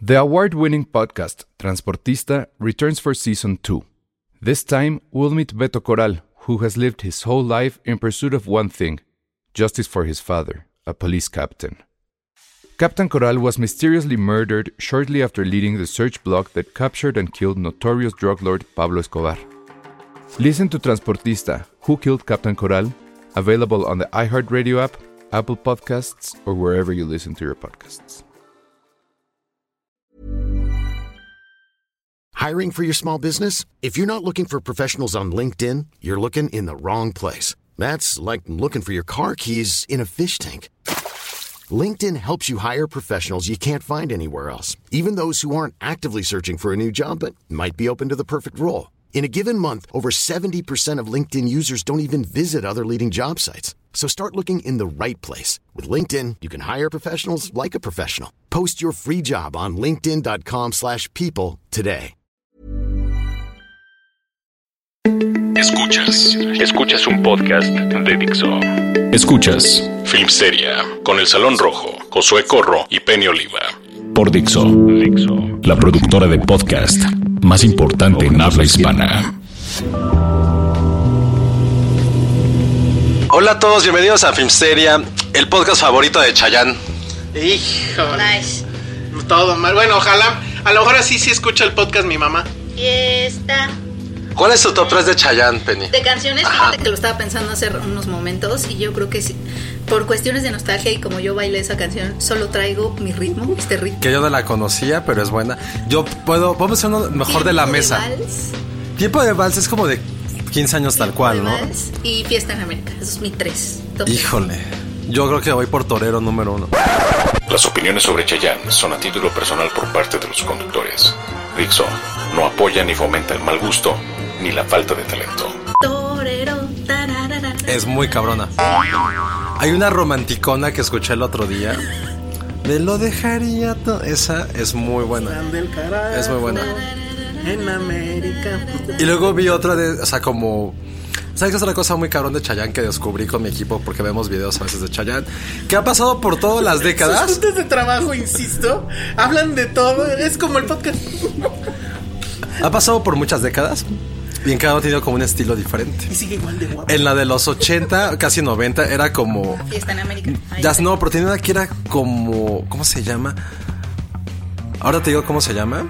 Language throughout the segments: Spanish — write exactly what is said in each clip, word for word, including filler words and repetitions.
The award-winning podcast Transportista returns for season two. This time, we'll meet Beto Corral, who has lived his whole life in pursuit of one thing: justice for his father, a police captain. Captain Corral was mysteriously murdered shortly after leading the search block that captured and killed notorious drug lord Pablo Escobar. Listen to Transportista, Who Killed Captain Corral? Available on the iHeartRadio app, Apple Podcasts, or wherever you listen to your podcasts. Hiring for your small business? If you're not looking for professionals on LinkedIn, you're looking in the wrong place. That's like looking for your car keys in a fish tank. LinkedIn helps you hire professionals you can't find anywhere else, even those who aren't actively searching for a new job but might be open to the perfect role. In a given month, over seventy percent of LinkedIn users don't even visit other leading job sites. So start looking in the right place. With LinkedIn, you can hire professionals like a professional. Post your free job on linkedin.com slash people today. Escuchas, escuchas un podcast de Dixo. Escuchas Filmsteria con El Salón Rojo, Josué Corro y Penny Oliva. Por Dixo, Dixo, la productora de podcast más importante en habla hispana. Hola a todos, bienvenidos a Filmsteria, el podcast favorito de Chayanne. Híjole. Nice. Todo mal. Bueno, ojalá. A lo mejor así sí escucha el podcast mi mamá. Fiesta. ¿Cuál es tu top tres de Chayanne, Penny? De canciones, Ajá. fíjate que lo estaba pensando hace unos momentos y yo creo que sí, por cuestiones de nostalgia y como yo bailé esa canción, solo traigo mi ritmo, este ritmo. Que yo no la conocía, pero es buena. Yo puedo, vamos a hacer uno mejor de la mesa. Tiempo de vals. Tiempo de vals es como de quince años tal cual, ¿no? Vals y Fiesta en América, eso es mi tres. Top Híjole, yo creo que voy por torero número uno. Las opiniones sobre Chayanne son a título personal por parte de los conductores. Dixo no apoya ni fomenta el mal gusto ni la falta de talento. Torero, tararara. Es muy cabrona. Hay una romanticona que escuché el otro día. Me lo dejaría todo. Esa es muy buena. Del carajo, Es muy buena. en América. Y luego vi otra de, o sea, como... ¿Sabes qué es otra cosa muy cabrón de Chayanne que descubrí con mi equipo? Porque vemos videos a veces de Chayanne, que ha pasado por todas las décadas. Sus juntas de trabajo, insisto, hablan de todo. Es como el podcast. Ha pasado por muchas décadas y en cada uno ha tenido como un estilo diferente. Y sigue igual de guapo. En la de los ochenta, casi noventa, era como... Fiesta en América. Ahí Ya está. no, pero tenía una que era como... ¿Cómo se llama? Ahora te digo cómo se llama.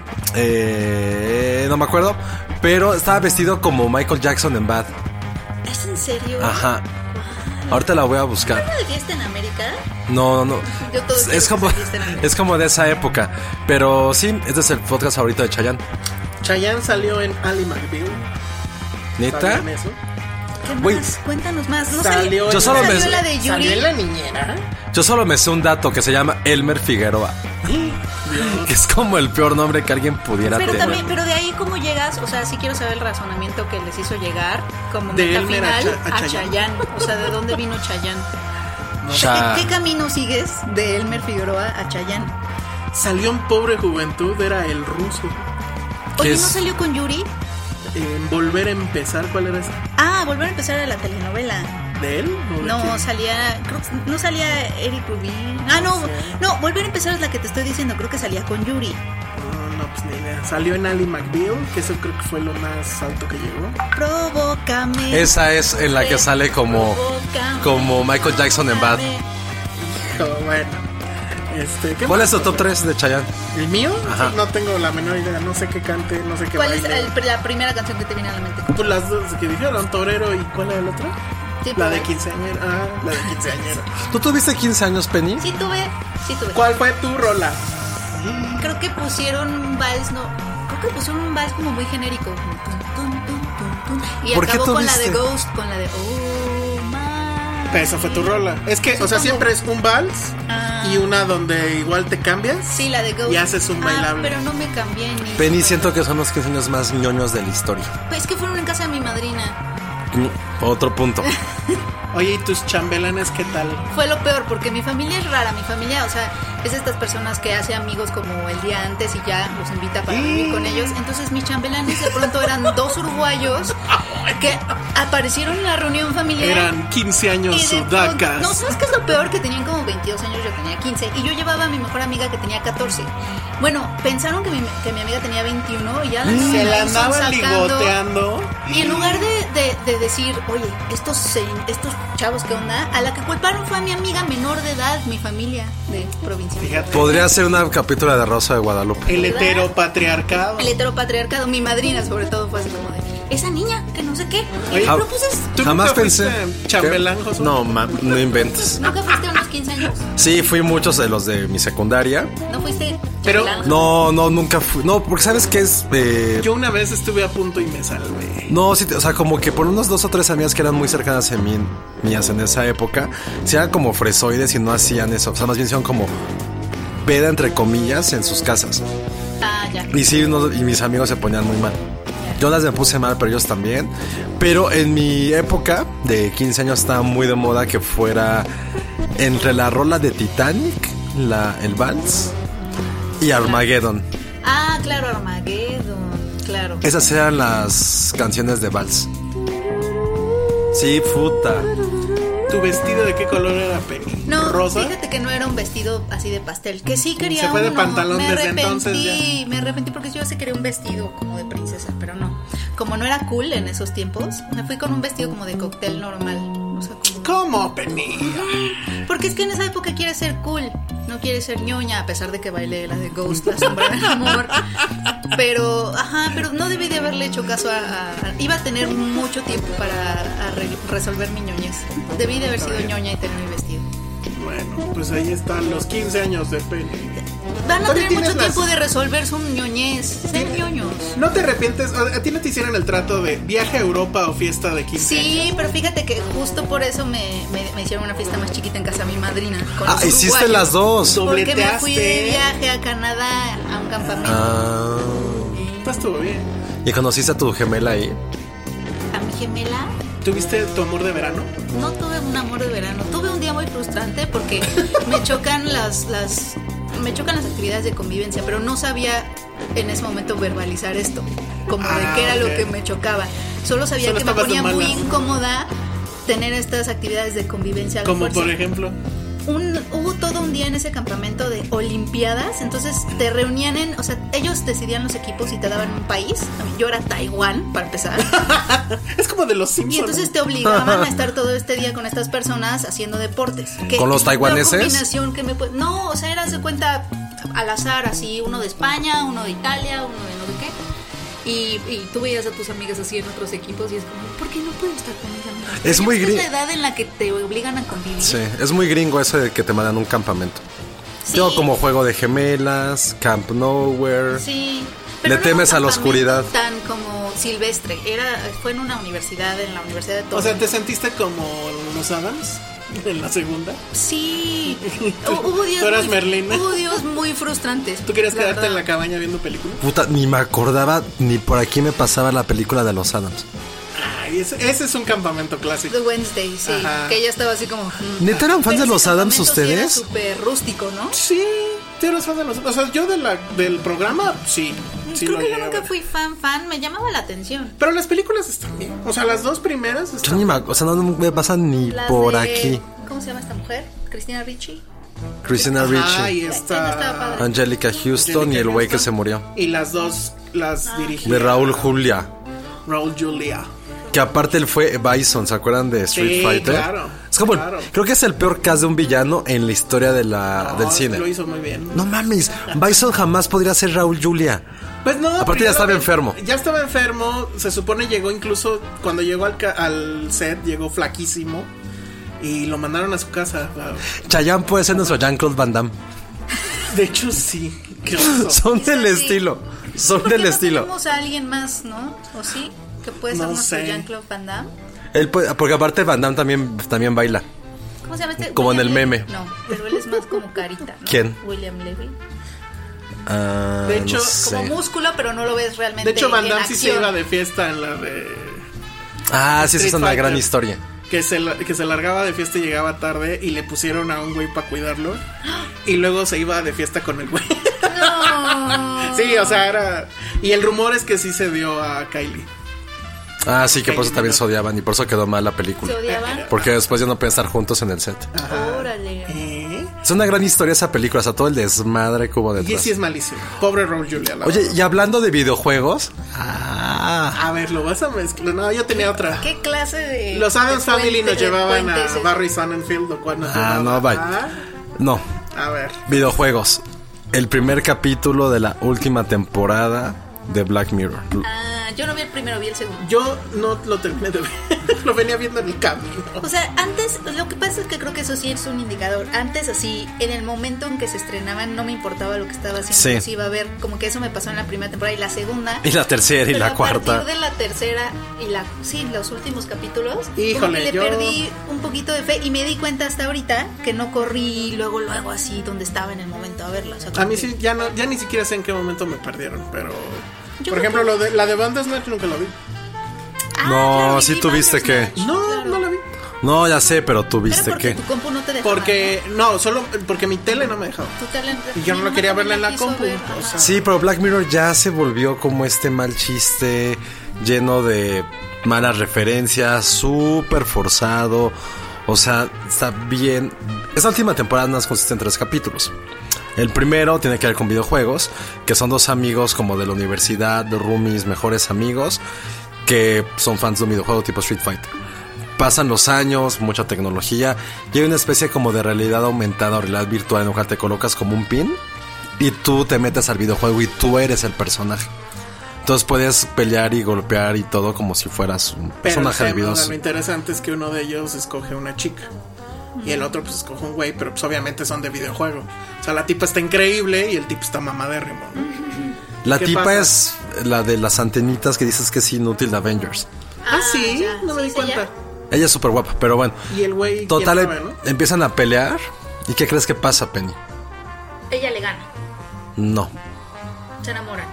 Eh, no me acuerdo. Pero estaba vestido como Michael Jackson en Bad. ¿Es en serio? Ajá. Ahorita la voy a buscar. ¿Era de Fiesta en América? No, no, no. Yo todo quiero Es como, que sea Fiesta en América. es como de esa época. Pero sí, este es el podcast favorito de Chayanne. Chayanne salió en Ali McBeal. ¿Neta? ¿Sabían eso? ¿Qué más? Güey. Cuéntanos más. ¿No Salió salió, en- Yo solo ¿no me- salió la de ¿Salió Yuri? en La Niñera? Yo solo me sé un dato que se llama Elmer Figueroa. Que es como el peor nombre que alguien pudiera Pero tener. también, pero de ahí cómo llegas, o sea, sí quiero saber el razonamiento que les hizo llegar como De meta Elmer a final Cha- a a Chayanne. Chayanne. O sea, ¿de dónde vino Chayanne? O Cha- sea, ¿qué, qué camino sigues de Elmer Figueroa a Chayanne? Salió en Pobre Juventud, era el ruso. Oye, es? ¿no salió con Yuri? En Volver a Empezar, ¿cuál era ese? Ah, volver a empezar a la telenovela. ¿De él? ¿O de No, quién? salía, creo que no salía Eric Rubin. Ah, no, sé. no, volver a empezar es la que te estoy diciendo, creo que salía con Yuri. No, no, pues ni idea. Salió en Ali McBeal, que eso creo que fue lo más alto que llegó. Provócame. Esa es en la que sale como, Provócame, como Michael Jackson en Bad. provócame. Pero bueno. Este, ¿qué ¿Cuál más? es tu top tres de Chayanne? ¿El mío? Ajá. No tengo la menor idea. No sé qué cante, no sé qué ¿Cuál es baile. el- la primera canción que te viene a la mente? Pues las dos que dijeron, Torero y ¿cuál era el otro? Sí, La de pero- quinceañera. Ah, la de quinceañera. ¿Tú tuviste quince años, Penny? Sí tuve, sí tuve. ¿Cuál fue tu rola? Creo que pusieron un vals, no, creo que pusieron un vals como muy genérico. Tum, tum, tum, tum, tum. Y ¿Por qué acabó con la de tuviste? Ghost, con la de Oh my. Pero esa fue tu rola. Es que, o sea, Supongo. siempre es un vals Ah. y una donde igual te cambias. Sí, la de Ghost. Y haces un Ah, bailable. pero no me cambié ni. Penny, siento que son los quince años más ñoños de la historia. Pues es que fueron en casa de mi madrina. Otro punto. Oye, ¿y tus chambelanes qué tal? Fue lo peor, porque mi familia es rara. Mi familia, o sea, es de estas personas que hace amigos como el día antes y ya los invita para vivir con ellos. Entonces mis chambelanes de pronto eran dos uruguayos que aparecieron en la reunión familiar. Eran quince años y de sudacas. pronto- No, ¿sabes qué es lo peor? Que tenían como veintidós años, yo tenía quince. Y yo llevaba a mi mejor amiga que tenía catorce. Bueno, pensaron que mi, que mi amiga tenía veintiuno y ya la Se la andaban andaban sacando. ligoteando. Y en lugar de, de, de decir, oye, estos, se- estos chavos, ¿qué onda? A la que culparon fue a mi amiga menor de edad, mi familia de provincia. Fíjate. Podría ser una capítulo de Rosa de Guadalupe. El ¿Verdad? heteropatriarcado. El heteropatriarcado, mi madrina sobre todo fue así como de, esa niña, que no sé qué. Y Oye, le propuse, ¿Tú Jamás nunca pensé. fuiste chambelán, ¿Qué? Josué? No, ma, no inventes. ¿nunca fuiste a unos quince años? Sí, fui muchos de los de mi secundaria. ¿No fuiste Pero- chambelán? No, no, nunca fui. No, porque ¿sabes qué es? Eh, Yo una vez estuve a punto y me salvé. No, sí, o sea, como que por unos dos o tres amigas que eran muy cercanas a mí, mías en esa época, se eran como fresoides y no hacían eso. O sea, más bien hicieron como peda, entre comillas, en sus casas. Ah, ya. Y sí, uno- y mis amigos se ponían muy mal. Yo las me puse mal, pero ellos también. Pero en mi época de quince años estaba muy de moda que fuera entre la rola de Titanic, la, el vals, y Armageddon. Ah, claro, Armageddon, claro. Esas eran las canciones de vals. Sí, puta. ¿Tu vestido de qué color era, Penny? No, ¿Rosa? fíjate que no era un vestido así de pastel, que sí quería Se fue de uno. pantalón me desde arrepentí, entonces me arrepentí porque yo sí quería un vestido como de princesa, pero no. Como no era cool en esos tiempos, me fui con un vestido como de cóctel normal. O sea, como... ¿Cómo, Penny? Porque es que en esa época quieres ser cool, no quieres ser ñoña, a pesar de que bailé la de Ghost, la sombra del amor. Pero, ajá, pero no debí de haberle hecho caso a... a- a- iba a tener mucho tiempo para a re- resolver mi ñoñez. Debí de haber sido ñoña y tener mi vestido. Bueno, pues ahí están los quince años de Penny. Van a Todavía tener mucho tienes las- tiempo de resolver su ñoñez, ser ñoños. ¿No te arrepientes? ¿A a ti no te hicieron el trato de viaje a Europa o fiesta de quince años? Sí, pero fíjate que justo por eso me, me, me hicieron una fiesta más chiquita en casa de mi madrina. Con Ah, los hiciste uruguayos. las dos. Porque me fui de Dobleteaste. viaje a Canadá a un campamento. Ah. Pues estuvo bien. ¿Y conociste a tu gemela ahí? A mi gemela ¿Tuviste tu amor de verano? no tuve un amor de verano. Tuve un día muy frustrante porque me chocan las, las me chocan las actividades de convivencia, pero no sabía en ese momento verbalizar esto, como de Ah, qué era ok. lo que me chocaba. Solo sabía Solo que me estabas de ponía muy malas. incómoda tener estas actividades de convivencia a la Como fuerza. por ejemplo. Un, hubo todo un día en ese campamento de olimpiadas, entonces te reunían en, o sea, ellos decidían los equipos y te daban un país. A mí, yo era Taiwán, para empezar. Es como de los Y Simpsons. entonces te obligaban a estar todo este día con estas personas haciendo deportes. Que- ¿Con los que es la peor taiwaneses? combinación que me puede- No, o sea, era de cuenta al azar, así, uno de España, uno de Italia, uno de no sé qué. Y, y tú veías a tus amigas así en otros equipos y es como, ¿por qué no puedo estar con mis amigas? Es muy Esta es gri- la edad en la que te obligan a convivir. Sí, es muy gringo eso de que te mandan un campamento. Sí. Yo como juego de gemelas, Camp Nowhere. Sí. Le no era temes un a la campamento oscuridad. Tan como silvestre. Era, fue en una universidad, en la Universidad de O Toronto. sea, ¿te sentiste como los Adams en la segunda? Sí. Hu- Hubo días ¿Tú eras muy, Merlina? Hubo días muy frustrantes. ¿Tú querías la quedarte en verdad. la cabaña viendo películas? Puta, ni me acordaba, ni por aquí me pasaba la película de los Adams. Ay, ese, ese es un campamento clásico. The Wednesday, sí. Ajá. Que ella estaba así como. mm. ¿Neta eran fans Pero de ese los Adams campamento sí era ustedes? súper rústico, ¿no? Sí, tú eres fan de los... O sea, yo de la, del programa, sí. sí Creo lo que yo llegué a nunca ver. fui fan, fan. Me llamaba la atención. Pero las películas están bien. O sea, las dos primeras Yo están... ni me, ac- o sea, no me pasan ni Las por de- aquí. ¿Cómo se llama esta mujer? Cristina Ricci. Christina Ay, Ricci, Esa estaba está... padre. Angelica Houston Angelica y el güey que Houston. se murió. Y las dos las Ah. dirigía... De Raúl Julia. Raúl Julia. Que aparte él fue Bison, ¿se acuerdan de Street Sí, Fighter? claro, Es como, claro. creo que es el peor cast de un villano en la historia de la, No, del cine. Lo hizo muy bien. No mames, Bison jamás podría ser Raúl Julia. Pues no, Aparte ya primero estaba que- enfermo. Ya estaba enfermo. Se supone llegó incluso cuando llegó al, ca- al set, llegó flaquísimo. Y lo mandaron a su casa. Chayanne puede ser nuestro Jean-Claude Van Damme. De hecho, sí. Qué oso. Son del Quizás sí. estilo. Son ¿Por qué del no estilo. tenemos a alguien más, no? ¿O sí? Que puede ser No nuestro sé. Jean-Claude Van Damme. Él puede- porque aparte Van Damme también, también baila. ¿Cómo se llama este? Como en William el Levy. meme. No, pero él es más como carita, ¿no? ¿Quién? William Levy. Ah, De hecho, no sé. Como músculo, pero no lo ves realmente. De hecho, Van en Damme sí se acción. iba de fiesta en la de. Ah, sí, esa Street es una Fighter. gran historia. Que se, que se largaba de fiesta y llegaba tarde y le pusieron a un güey para cuidarlo y luego se iba de fiesta con el güey. No. Sí, o sea, era... Y el rumor es que sí se dio a Kylie. Ah, sí, que por eso también se odiaban y por eso quedó mal la película. ¿Se odiaban? Porque después ya no pueden estar juntos en el set. Órale. ¿Eh? Es una gran historia esa película, o sea, todo el desmadre que hubo Y detrás. sí es malísimo. Pobre Raúl Julia. la Oye, verdad. y hablando de videojuegos. Ah, A ver, lo vas a mezclar. No, yo tenía otra. ¿Qué clase de Los Addams de Family puente- nos de llevaban puente a es ese? Barry Sonnenfeld o cuando nos ah llevaban no, bye. a- No, A ver. videojuegos. El primer capítulo de la última temporada de Black Mirror. Ah, yo no vi el primero, vi el segundo. Yo no lo terminé de ver. Lo venía viendo en el camino. O sea, antes, lo que pasa es que creo que eso sí es un indicador. Antes, así, en el momento en que se estrenaban, no me importaba lo que estaba haciendo. Sí. Yo sí iba a ver, como que eso me pasó en la primera temporada y la segunda. Y la tercera y Pero la a cuarta. partir de la tercera y la, sí, los últimos capítulos, como Híjole, que le yo- perdí un poquito de fe y me di cuenta hasta ahorita que no corrí luego, luego así donde estaba en el momento a verla. O sea, A como mí que- sí, ya no, ya ni siquiera sé en qué momento me perdieron, pero... Yo Por creo ejemplo, que- lo de, la de Bandersnatch nunca lo vi. Ah, No, claro, sí vi tuviste que- Bandersnatch, No, claro. no la vi. No, ya sé, pero tú Era viste porque que. tu compu no te dejaba. Porque, no, solo porque mi tele no me dejaba. ¿no? Tu tele- Y yo no mi lo quería mamá verla en la quiso compu, ver, o ajá. sea. Sí, pero Black Mirror ya se volvió como este mal chiste, lleno de malas referencias, súper forzado. O sea, está bien. Esta última temporada más consiste en tres capítulos. El primero tiene que ver con videojuegos, que son dos amigos como de la universidad, de roomies, mejores amigos, que son fans de un videojuego tipo Street Fighter. Pasan los años, mucha tecnología, y hay una especie como de realidad aumentada o realidad virtual en la cual te colocas como un pin y tú te metes al videojuego y tú eres el personaje. Entonces puedes pelear y golpear y todo como si fueras un Pero personaje de el tema, videos. lo interesante es que uno de ellos escoge una chica. Y el otro pues escoge un güey, pero pues obviamente son de videojuego. O sea, la tipa está increíble y el tipo está mamadérrimo, ¿no? La ¿Qué tipa pasa? es la de las antenitas que dices que es inútil de Avengers. Ah, sí, ya, no me sí, di sí, cuenta. ya. Ella es súper guapa, pero bueno. Y el güey, Total, quién sabe, em- ¿no? empiezan a pelear. ¿Y qué crees que pasa, Penny? Ella le gana. No, Se enamoran.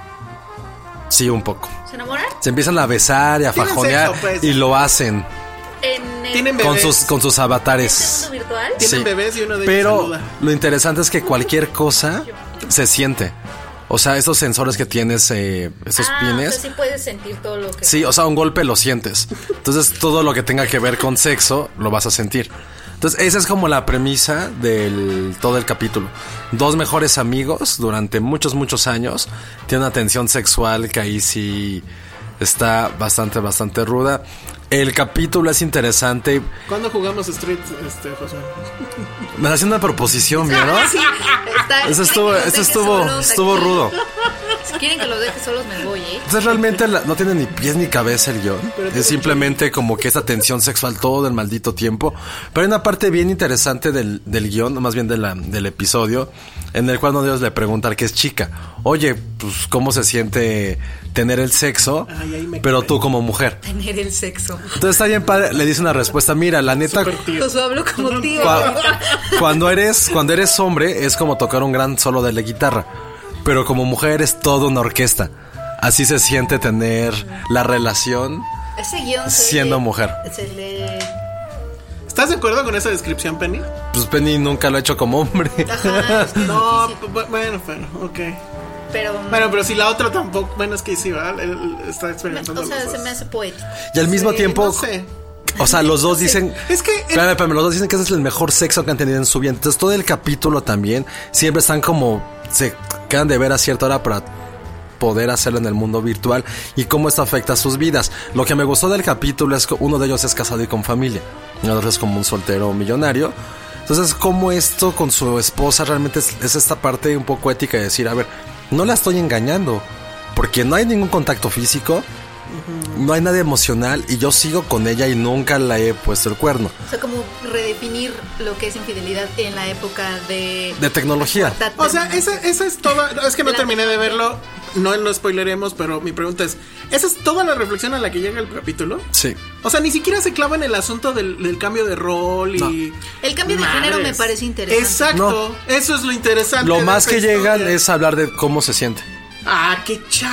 sí, un poco. ¿Se enamoran? Se empiezan a besar y a Tienen fajonear sexo, pues. y lo hacen En el Tienen con bebés. sus, con sus ¿en el avatares. mundo virtual. Tienen Sí. bebés y uno de ellos Pero saluda. lo interesante es que cualquier cosa se siente. O sea, esos sensores que tienes, eh, esos Ah, pines. o sea, sí puedes sentir todo lo que... Sí, o sea, un golpe lo sientes. Entonces, todo lo que tenga que ver con sexo lo vas a sentir. Entonces, esa es como la premisa del todo el capítulo. Dos mejores amigos durante muchos, muchos años. Tienen una tensión sexual que ahí sí está bastante, bastante ruda. El capítulo es interesante. ¿Cuándo jugamos Street, este, José? Me está haciendo una proposición, ¿vieron? Sí, está- Eso estuvo, ¿quieren que los eso deje estuvo, solos estuvo aquí? rudo. Si quieren que los deje solos me voy, ¿eh? Entonces realmente la- no tiene ni pies ni cabeza el guión. Es simplemente como que esa tensión sexual todo el maldito tiempo. Pero hay una parte bien interesante del, del guión, más bien de la, del episodio, en el cual uno de ellos le pregunta al que es chica, oye, pues cómo se siente tener el sexo, Ay, ahí me pero quedé. tú como mujer. Tener el sexo. Entonces está bien padre, le dice una respuesta, mira, la neta... Súper tío. Pues hablo como tío. Cua- Cuando eres, cuando eres hombre es como tocar un gran solo de la guitarra, pero como mujer es toda una orquesta. Así se siente tener la relación. Ese guión se Siendo le- mujer. Se le... ¿Estás de acuerdo con esa descripción, Penny? Pues Penny nunca lo ha hecho como hombre. Ajá, es No, difícil. p- bueno, bueno, ok. Pero... Bueno, pero si la otra tampoco, bueno, es que sí, ¿verdad? Él está me- experimentando o sea, los se dos. me hace poético. Y al mismo Sí, tiempo, no sé. o sea, los dos dicen... Es que... Espérame, espérame, los dos dicen que ese es el mejor sexo que han tenido en su vida. Entonces todo el capítulo también siempre están como... Se quedan de ver a cierta hora para poder hacerlo en el mundo virtual y cómo esto afecta a sus vidas. Lo que me gustó del capítulo es que uno de ellos es casado y con familia. Y el otro es como un soltero millonario. Entonces, cómo esto con su esposa realmente es, es esta parte un poco ética de decir, a ver, no la estoy engañando. Porque no hay ningún contacto físico. No hay nada emocional y yo sigo con ella y nunca la he puesto el cuerno. O sea, como redefinir lo que es infidelidad en la época de... De tecnología. O sea, esa, esa es toda... no, es que no La terminé de tecnología. verlo, no lo spoileremos, pero mi pregunta es, ¿esa es toda la reflexión a la que llega el capítulo? Sí. O sea, ni siquiera se clava en el asunto del, del cambio de rol y... El cambio de Madres. género me parece interesante. Exacto, eso es lo interesante. Lo de más esta que llegan historia. es hablar de cómo se siente. Ah, qué chafa.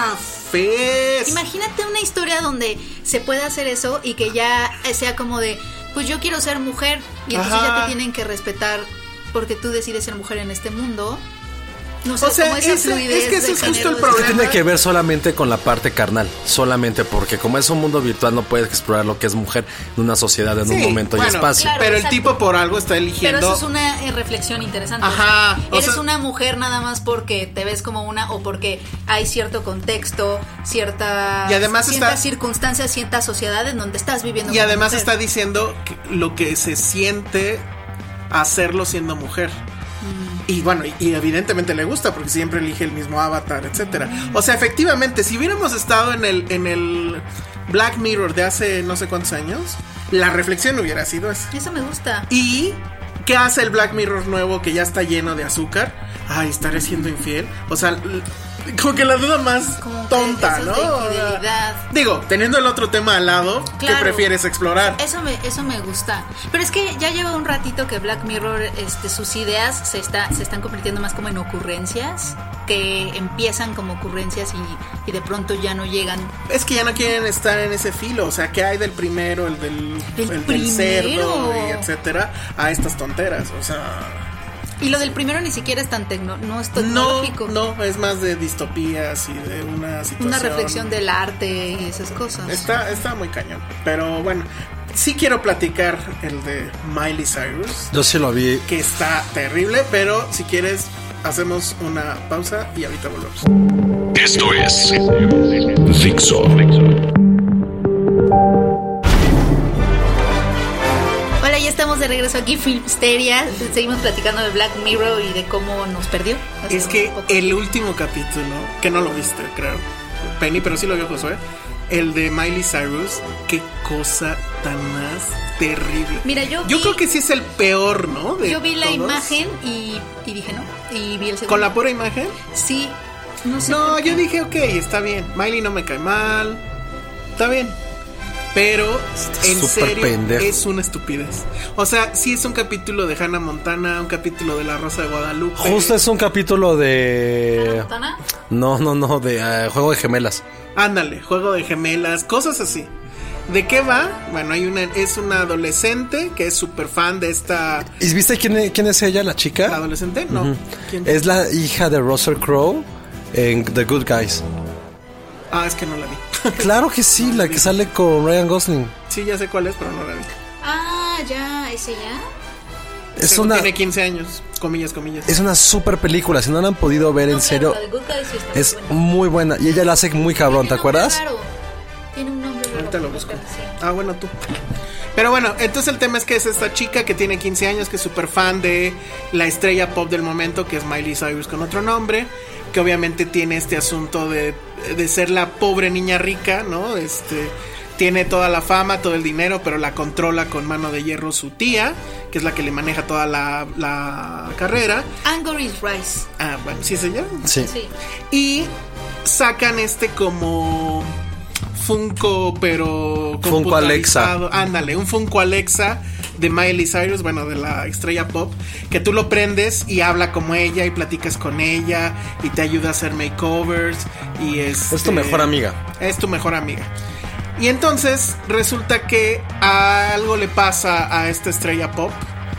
fez. Imagínate una historia donde se pueda hacer eso y que ya sea como de, pues yo quiero ser mujer y entonces Ajá. ya te tienen que respetar porque tú decides ser mujer en este mundo. No sé, O sea, como esa ese- fluidez es que ese de es justo género el de- problema. Tiene que ver solamente con la parte carnal, solamente porque como es un mundo virtual no puedes explorar lo que es mujer en una sociedad en un Sí, momento y bueno, espacio. claro. Pero el exacto. tipo por algo está eligiendo. Pero eso es una eh, reflexión interesante. Ajá, o Eres sea- una mujer nada más porque te ves como una o porque hay cierto contexto, cierta Y además ciertas está- circunstancias, cierta sociedad en donde estás viviendo. Y como además mujer. está diciendo que lo que se siente hacerlo siendo mujer. Y bueno, y, y evidentemente le gusta porque siempre elige el mismo avatar, etcétera. O sea, efectivamente, si hubiéramos estado en el en el Black Mirror de hace no sé cuántos años, la reflexión hubiera sido esa. Eso me gusta. ¿Y qué hace el Black Mirror nuevo que ya está lleno de azúcar? Ay, estaré siendo infiel. O sea, l- como que la duda más Como que tonta, eso ¿no? de O sea, infidelidad. digo, teniendo el otro tema al lado, ¿qué Claro. prefieres explorar? Eso me, eso me gusta. Pero es que ya lleva un ratito que Black Mirror, este, sus ideas se está, se están convirtiendo más como en ocurrencias, que empiezan como ocurrencias y, y de pronto ya no llegan. Es que ya no quieren estar en ese filo. O sea, ¿qué hay del primero, el del, ¿Del el del primero? cerdo, y etcétera, a estas tonteras? O sea, Y lo del primero ni siquiera es tan tecno, no es no, tecnológico. no, es más de distopías y de una situación. Una reflexión del arte y esas cosas. Está, está muy cañón. Pero bueno, sí quiero platicar el de Miley Cyrus, Yo sí lo vi. que está terrible, pero si quieres hacemos una pausa y ahorita volvemos. Esto es Dixo. Hola, ya estamos de regreso aquí en Filmsteria. Seguimos platicando de Black Mirror y de cómo nos perdió. Hace Es que un poco. el último capítulo, que no lo viste, creo, Penny, pero sí lo vio Josué, el de Miley Cyrus, qué cosa tan más terrible. Mira, yo Yo vi- creo que sí es el peor, ¿no? De Yo vi la todos. imagen y, y dije no. Y vi el segundo. ¿Con la pura imagen? Sí. No sé. No, por yo qué. dije, ok, está bien. Miley no me cae mal. Está bien. Pero, en súper serio, pendejo. es una estupidez. O sea, sí es un capítulo de Hannah Montana, un capítulo de La Rosa de Guadalupe. Justo es un capítulo de... ¿Montana? No, no, no, de eh, Juego de Gemelas. Ándale, juego de gemelas, cosas así. ¿De qué va? Bueno, hay una, es una adolescente que es súper fan de esta... ¿Y viste quién es, quién es ella, la ¿La chica? adolescente? No. ¿Quién? Es la hija de Russell Crowe en The Good Guys. Ah, es que no la vi. Claro que sí, la que sale con Ryan Gosling. Sí, ya sé cuál es, pero no la vi. Ah, ya, ese ya. Es Según una, Tiene quince años, comillas, comillas. es una super película. Si no la han podido ver en No, serio, pero la de Good Guys sí está muy es buena. muy buena. Y ella la hace muy cabrón, ¿te Tiene un nombre acuerdas? raro. Tiene un nombre raro. Ahorita lo busco. Sí. Ah, bueno, tú. Pero bueno, entonces el tema es que es esta chica que tiene quince años, que es súper fan de la estrella pop del momento, que es Miley Cyrus con otro nombre, que obviamente tiene este asunto de, de ser la pobre niña rica, ¿no? Este, tiene toda la fama, todo el dinero, pero la controla con mano de hierro su tía, que es la que le maneja toda la, la carrera. Anger is Rice. Ah, bueno, ¿sí es ella? Sí. Sí. Y sacan este como Funko, pero Funko Alexa. computarizado. Ándale, un Funko Alexa de Miley Cyrus, bueno, de la estrella pop, que tú lo prendes y habla como ella y platicas con ella y te ayuda a hacer makeovers y es Es tu mejor amiga. Es tu mejor amiga. Y entonces resulta que algo le pasa a esta estrella pop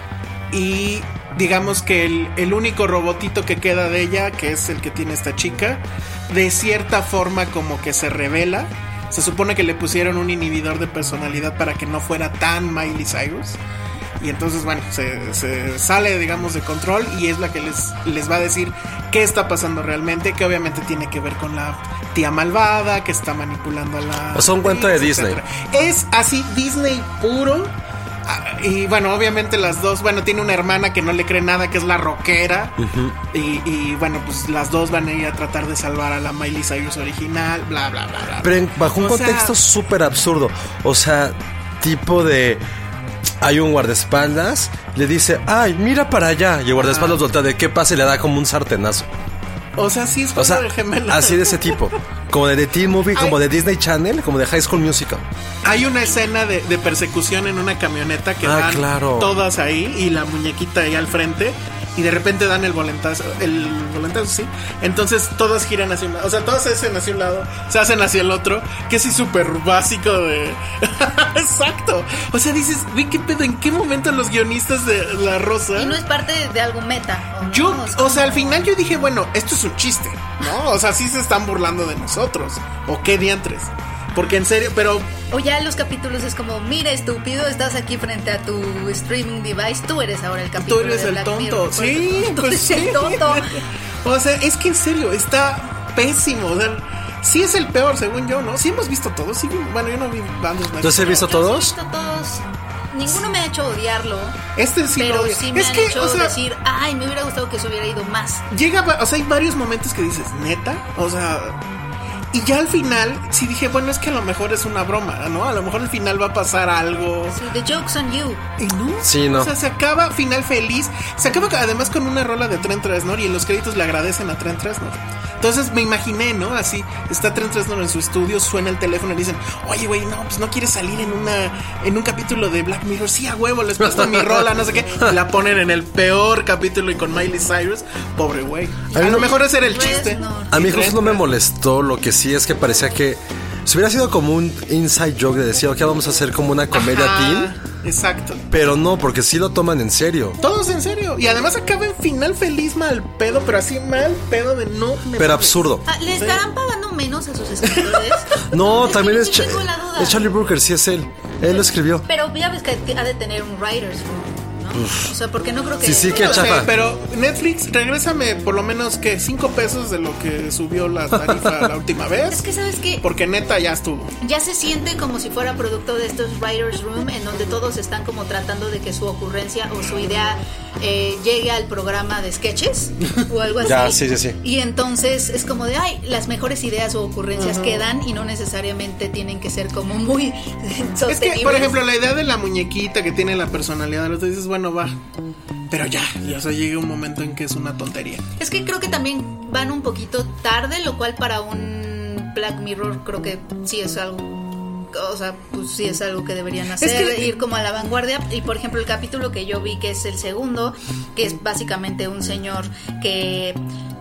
y digamos que el, el único robotito que queda de ella, que es el que tiene esta chica, de cierta forma como que se revela. Se supone que le pusieron un inhibidor de personalidad para que no fuera tan Miley Cyrus. Y entonces, bueno, se, se sale, digamos, de control y es la que les, les va a decir qué está pasando realmente, que obviamente tiene que ver con la tía malvada, que está manipulando a la... O sea, un cuento de Disney. etcétera. Es así, Disney puro. Ah, y bueno, obviamente las dos, bueno, tiene una hermana que no le cree nada, que es la rockera. Uh-huh. y, y bueno, pues las dos van a ir a tratar de salvar a la Miley Cyrus original, bla, bla, bla, bla. Pero en- bajo un O contexto sea, súper absurdo. O sea, tipo de... Hay un guardaespaldas, le dice, ay, mira para allá. Y el guardaespaldas Ah. voltea de qué pasa y le da como un sartenazo. O sea, sí es O sea, de gemelas. así de ese tipo. Como de The Teen Movie, como Ay. de Disney Channel, como de High School Musical. Hay una escena de, de persecución en una camioneta que Ah, van claro. todas ahí y la muñequita ahí al frente. y de repente dan el volantazo, el volantazo, sí. Entonces todas giran hacia un lado, o sea, todas se hacen hacia un lado, se hacen hacia el otro, que es súper básico de... Exacto. O sea, dices, güey, ¿qué pedo? ¿En qué momento los guionistas de La Rosa? Y no es parte de, de algo meta. ¿O yo, no? Es o como... sea, al final yo dije, bueno, esto es un chiste, ¿no? O sea, sí se están burlando de nosotros. ¿O qué diantres? Porque en serio, pero... O ya en los capítulos es como, mira, estúpido, estás aquí frente a tu streaming device, tú eres ahora el capítulo. Tú eres de el Black tonto, Mirror, sí, tú pues eres sí. el tonto. O sea, es que en serio, está pésimo. O sea, sí es el peor, según yo, ¿no? Sí hemos visto todos. Sí, bueno, yo no vi bandos más. ¿Tú sí has visto Yo todos? sí he visto todos. Ninguno me ha hecho odiarlo. Este sí pero lo odia. sí me Es han que, hecho o sea, decir, ay, me hubiera gustado que se hubiera ido más. llega, o sea, hay varios momentos que dices, neta, o sea, y ya al final sí dije, bueno, es que a lo mejor es una broma, ¿no? A lo mejor al final va a pasar algo. Sí, the joke's on you. Y no, Sí, no. o sea, se acaba final feliz. Se acaba además con una rola de Trent Reznor y en los créditos le agradecen a Trent Reznor. Entonces me imaginé, ¿no? Así, está Trent Reznor en su estudio, suena el teléfono y dicen, oye, güey, no, pues no quieres salir en una en un capítulo de Black Mirror. Sí, a huevo, les presto mi rola, no sé qué. La ponen en el peor capítulo y con Miley Cyrus. Pobre güey. A, A mí lo no- mejor ese era el chiste. Reznor. A mí Sí, justo no me Trent- molestó, lo que sí es que parecía que si hubiera sido como un inside joke de decir, ok, vamos a hacer como una comedia Ajá, teen, exacto. pero no, porque sí lo toman en serio. Todos en serio. Y además acaba en final feliz mal pedo, pero así mal pedo de no me Pero mames. absurdo. Ah, ¿le estarán pagando menos a sus escritores? No, que también yo es, sí Cha- tengo la duda. es Charlie Brooker, sí es él. Él lo escribió. Pero ya ves que ha de tener un writer's room, ¿no? O sea, porque no creo que... Sí, sí, que No sé, chafa. pero Netflix, regrésame por lo menos que cinco pesos de lo que subió la tarifa la última vez. Es que, ¿sabes qué? Porque neta ya estuvo. Ya se siente como si fuera producto de estos writers room en donde todos están como tratando de que su ocurrencia o su idea eh, llegue al programa de sketches o algo así. Ya, sí, sí, sí. Y entonces es como de, ay, las mejores ideas o ocurrencias quedan y no necesariamente tienen que ser como muy sostenibles. Es que, por ejemplo, la idea de la muñequita que tiene la personalidad del otro, dices, bueno, va. Pero ya, ya o sea, llega un momento en que es una tontería. Es que creo que también van un poquito tarde, lo cual para un Black Mirror creo que sí es algo, o sea, pues sí es algo que deberían hacer, que- ir como a la vanguardia. Y por ejemplo el capítulo que yo vi, que es el segundo, que es básicamente un señor que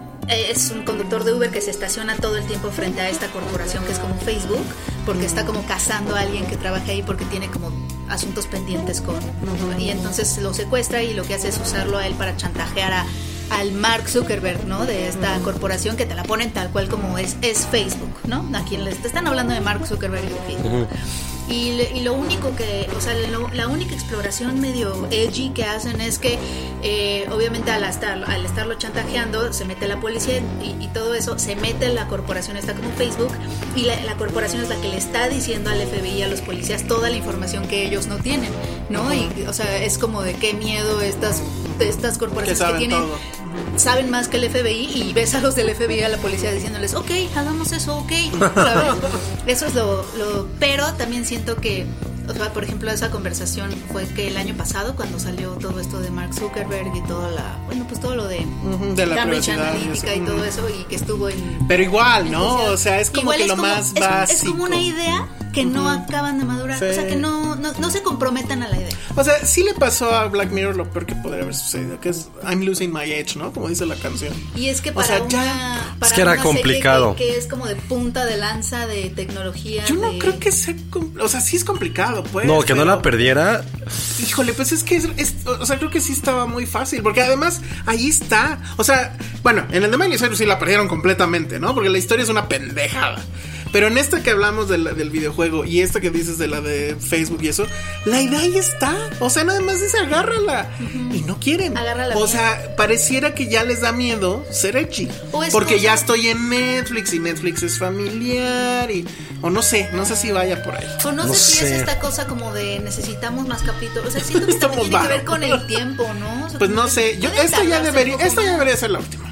es un conductor de Uber que se estaciona todo el tiempo frente a esta corporación que es como Facebook, porque está como cazando a alguien que trabaja ahí porque tiene como asuntos pendientes con... Y entonces lo secuestra y lo que hace es usarlo a él para chantajear a, al Mark Zuckerberg, ¿no? De esta corporación que te la ponen tal cual como es, es Facebook, ¿no? A quien les te están hablando de Mark Zuckerberg y de Facebook. Y, le- y lo único que, o sea, lo- la única exploración medio edgy que hacen es que, eh, obviamente, al, estar, al estarlo chantajeando, se mete la policía y, y todo eso, se mete la corporación, está como Facebook, y la, la corporación es la que le está diciendo al F B I, a los policías, toda la información que ellos no tienen, ¿no? Y, o sea, es como de qué miedo estas, estas corporaciones Que que, saben tienen. todo. Saben más que el F B I y ves a los del F B I, a la policía diciéndoles, ok, hagamos eso, ok, ¿sabes? Eso es lo, lo... Pero también siento que, o sea, por ejemplo, esa conversación fue que el año pasado, cuando salió todo esto de Mark Zuckerberg y toda la... Bueno, pues todo lo de, Ujú, de la Cambridge privacidad y Analytica y, eso. todo Ujú. eso y que estuvo en... Pero igual, ¿no? Entonces, O sea, es como igual que lo como- más es- básico. Es como una idea que no acaban de madurar, Sí. o sea, que no, no, no se comprometan a la idea. O sea, sí le pasó a Black Mirror lo peor que podría haber sucedido, que es I'm losing my age, ¿no? Como dice la canción. Y es que O para sea, una, ya- para Es que era una serie complicado. que, que es como de punta de lanza de tecnología. Yo no de- creo que sea... com- O sea, sí es complicado, pues. No, que no pero- la perdiera. Híjole, pues es que es, es- o sea, creo que sí estaba muy fácil, porque además ahí está, o sea, bueno, en el de Miley Cyrus sí la perdieron completamente, ¿no? Porque la historia es una pendejada. Pero en esta que hablamos de la- del videojuego y esta que dices de la de Facebook y eso, la idea ahí está. O sea, nada más dice agárrala. Y no quieren. Agárrala O bien. sea, pareciera que ya les da miedo ser edgy. O es Porque cosa- ya estoy en Netflix y Netflix es familiar y... O no sé, no sé si vaya por ahí. O no, No sé si sé. es esta cosa como de necesitamos más capítulos. O sea, siento que también Estamos tiene que ver vagos. con el tiempo, ¿no? O sea, Pues como no que sé, yo, pueden esta ya tardarse debería, un poco esta ya más. debería ser la última.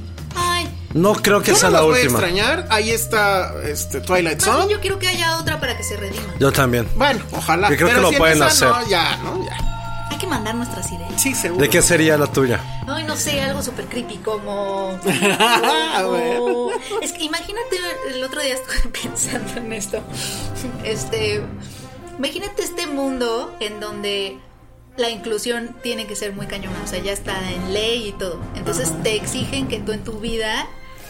Ay, No creo que Yo sea no la los voy a última. extrañar. Ahí está este, Twilight más bien Zone. yo quiero que haya otra para que se redima. Yo también. Bueno, ojalá. Yo creo Pero que lo si en pueden esa hacer. No, ya, ¿no? Ya. Hay que mandar nuestras ideas. Sí, seguro. ¿De qué sería la tuya? Ay, no sé, algo súper creepy como... A ver. como- Es que imagínate, el otro día estuve pensando en esto. Este... Imagínate este mundo en donde la inclusión tiene que ser muy cañona, o sea, ya está en ley y todo. Entonces te exigen que tú en tu vida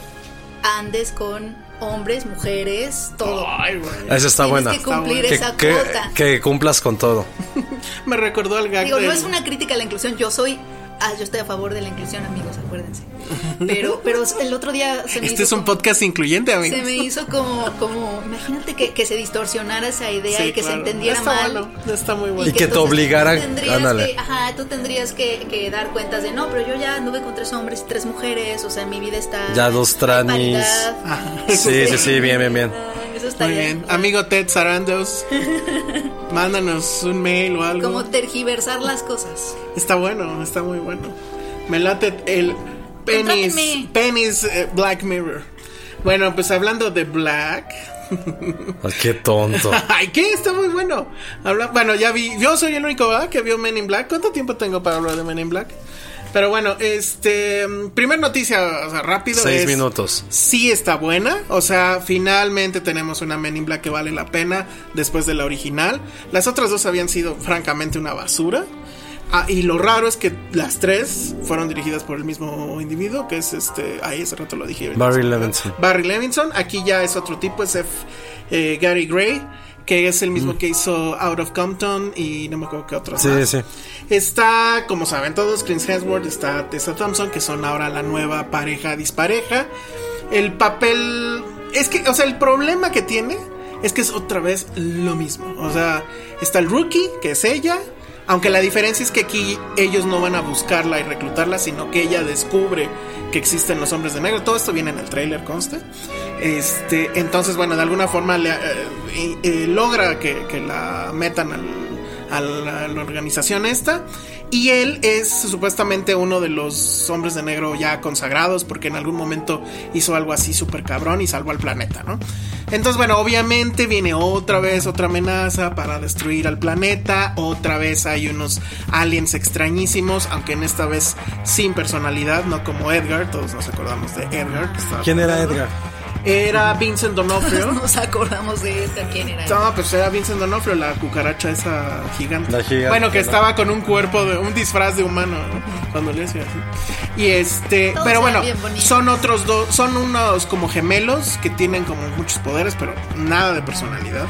andes con hombres, mujeres, todo. Ay, güey. Eso está Tienes buena. que cumplir Que, esa que, cuota. que cumplas con todo. Me recordó al gag Digo, del- no es una crítica a la inclusión, yo soy... Ah, yo estoy a favor de la inclusión, amigos, acuérdense. Pero, pero el otro día se me Este hizo es un como- podcast incluyente, amigos. Se me hizo como, como imagínate que, que se distorsionara esa idea Sí, y que claro. se entendiera Está mal. bueno, está muy bueno. Y que te entonces obligaran- tú tendrías ándale. que- ajá, tú tendrías que, que dar cuentas de no, pero yo ya anduve con tres hombres y tres mujeres, o sea, mi vida está... Ya dos hay tranis. paridad. Ajá. Sí, sí, sí, bien, bien, bien. Ah, Eso está Muy bien. Amigo Ted Sarandos, mándanos un mail o algo. Como tergiversar las cosas. Está bueno, está muy bueno. Me late el Penny's, Contrátenme. Penny's eh, Black Mirror. Bueno, pues hablando de Black. Ay, qué tonto. Ay, ¿qué? Está muy bueno. Habla, bueno, ya vi. Yo soy el único, ¿verdad?, que vio Men in Black. ¿Cuánto tiempo tengo para hablar de Men in Black? Pero bueno, este. Primer noticia, o sea, rápido. Seis es, minutos. Sí está buena. O sea, finalmente tenemos una Men in Black que vale la pena después de la original. Las otras dos habían sido, francamente, una basura. Ah, y lo raro es que las tres fueron dirigidas por el mismo individuo, que es este. Ahí hace rato lo dije. Barry Levinson. Barry Levinson. Aquí ya es otro tipo, es F, eh, Gary Gray, que es el mismo Mm. que hizo Out of Compton y no me acuerdo qué otros Sí, más. sí. Está, como saben todos, Chris Hemsworth, está Tessa Thompson, que son ahora la nueva pareja dispareja. El papel... Es que, o sea, el problema que tiene es que es otra vez lo mismo. O sea, está el rookie, que es ella. Aunque la diferencia es que aquí ellos no van a buscarla y reclutarla, sino que ella descubre que existen los hombres de negro. Todo esto viene en el tráiler, consta. Este, entonces, bueno, de alguna forma le, eh, eh, logra que, que la metan al, a, la, a la organización esta. Y él es supuestamente uno de los hombres de negro ya consagrados, porque en algún momento hizo algo así súper cabrón y salvó al planeta, ¿no? Entonces, bueno, obviamente viene otra vez otra amenaza para destruir al planeta. Otra vez hay unos aliens extrañísimos, aunque en esta vez sin personalidad, no como Edgar. Todos nos acordamos de Edgar. Que estaba ¿Quién era jugando. Edgar? Era Vincent D'Onofrio. Nos acordamos de esta, ¿quién era? No, pues era Vincent D'Onofrio, la cucaracha esa gigante. La gigante, Bueno, que ¿no? estaba con un cuerpo de un disfraz de humano, ¿no? Cuando le hacía así. Y este, Todos pero eran bueno, bien bonitos. son otros dos, son unos como gemelos que tienen como muchos poderes, pero nada de personalidad.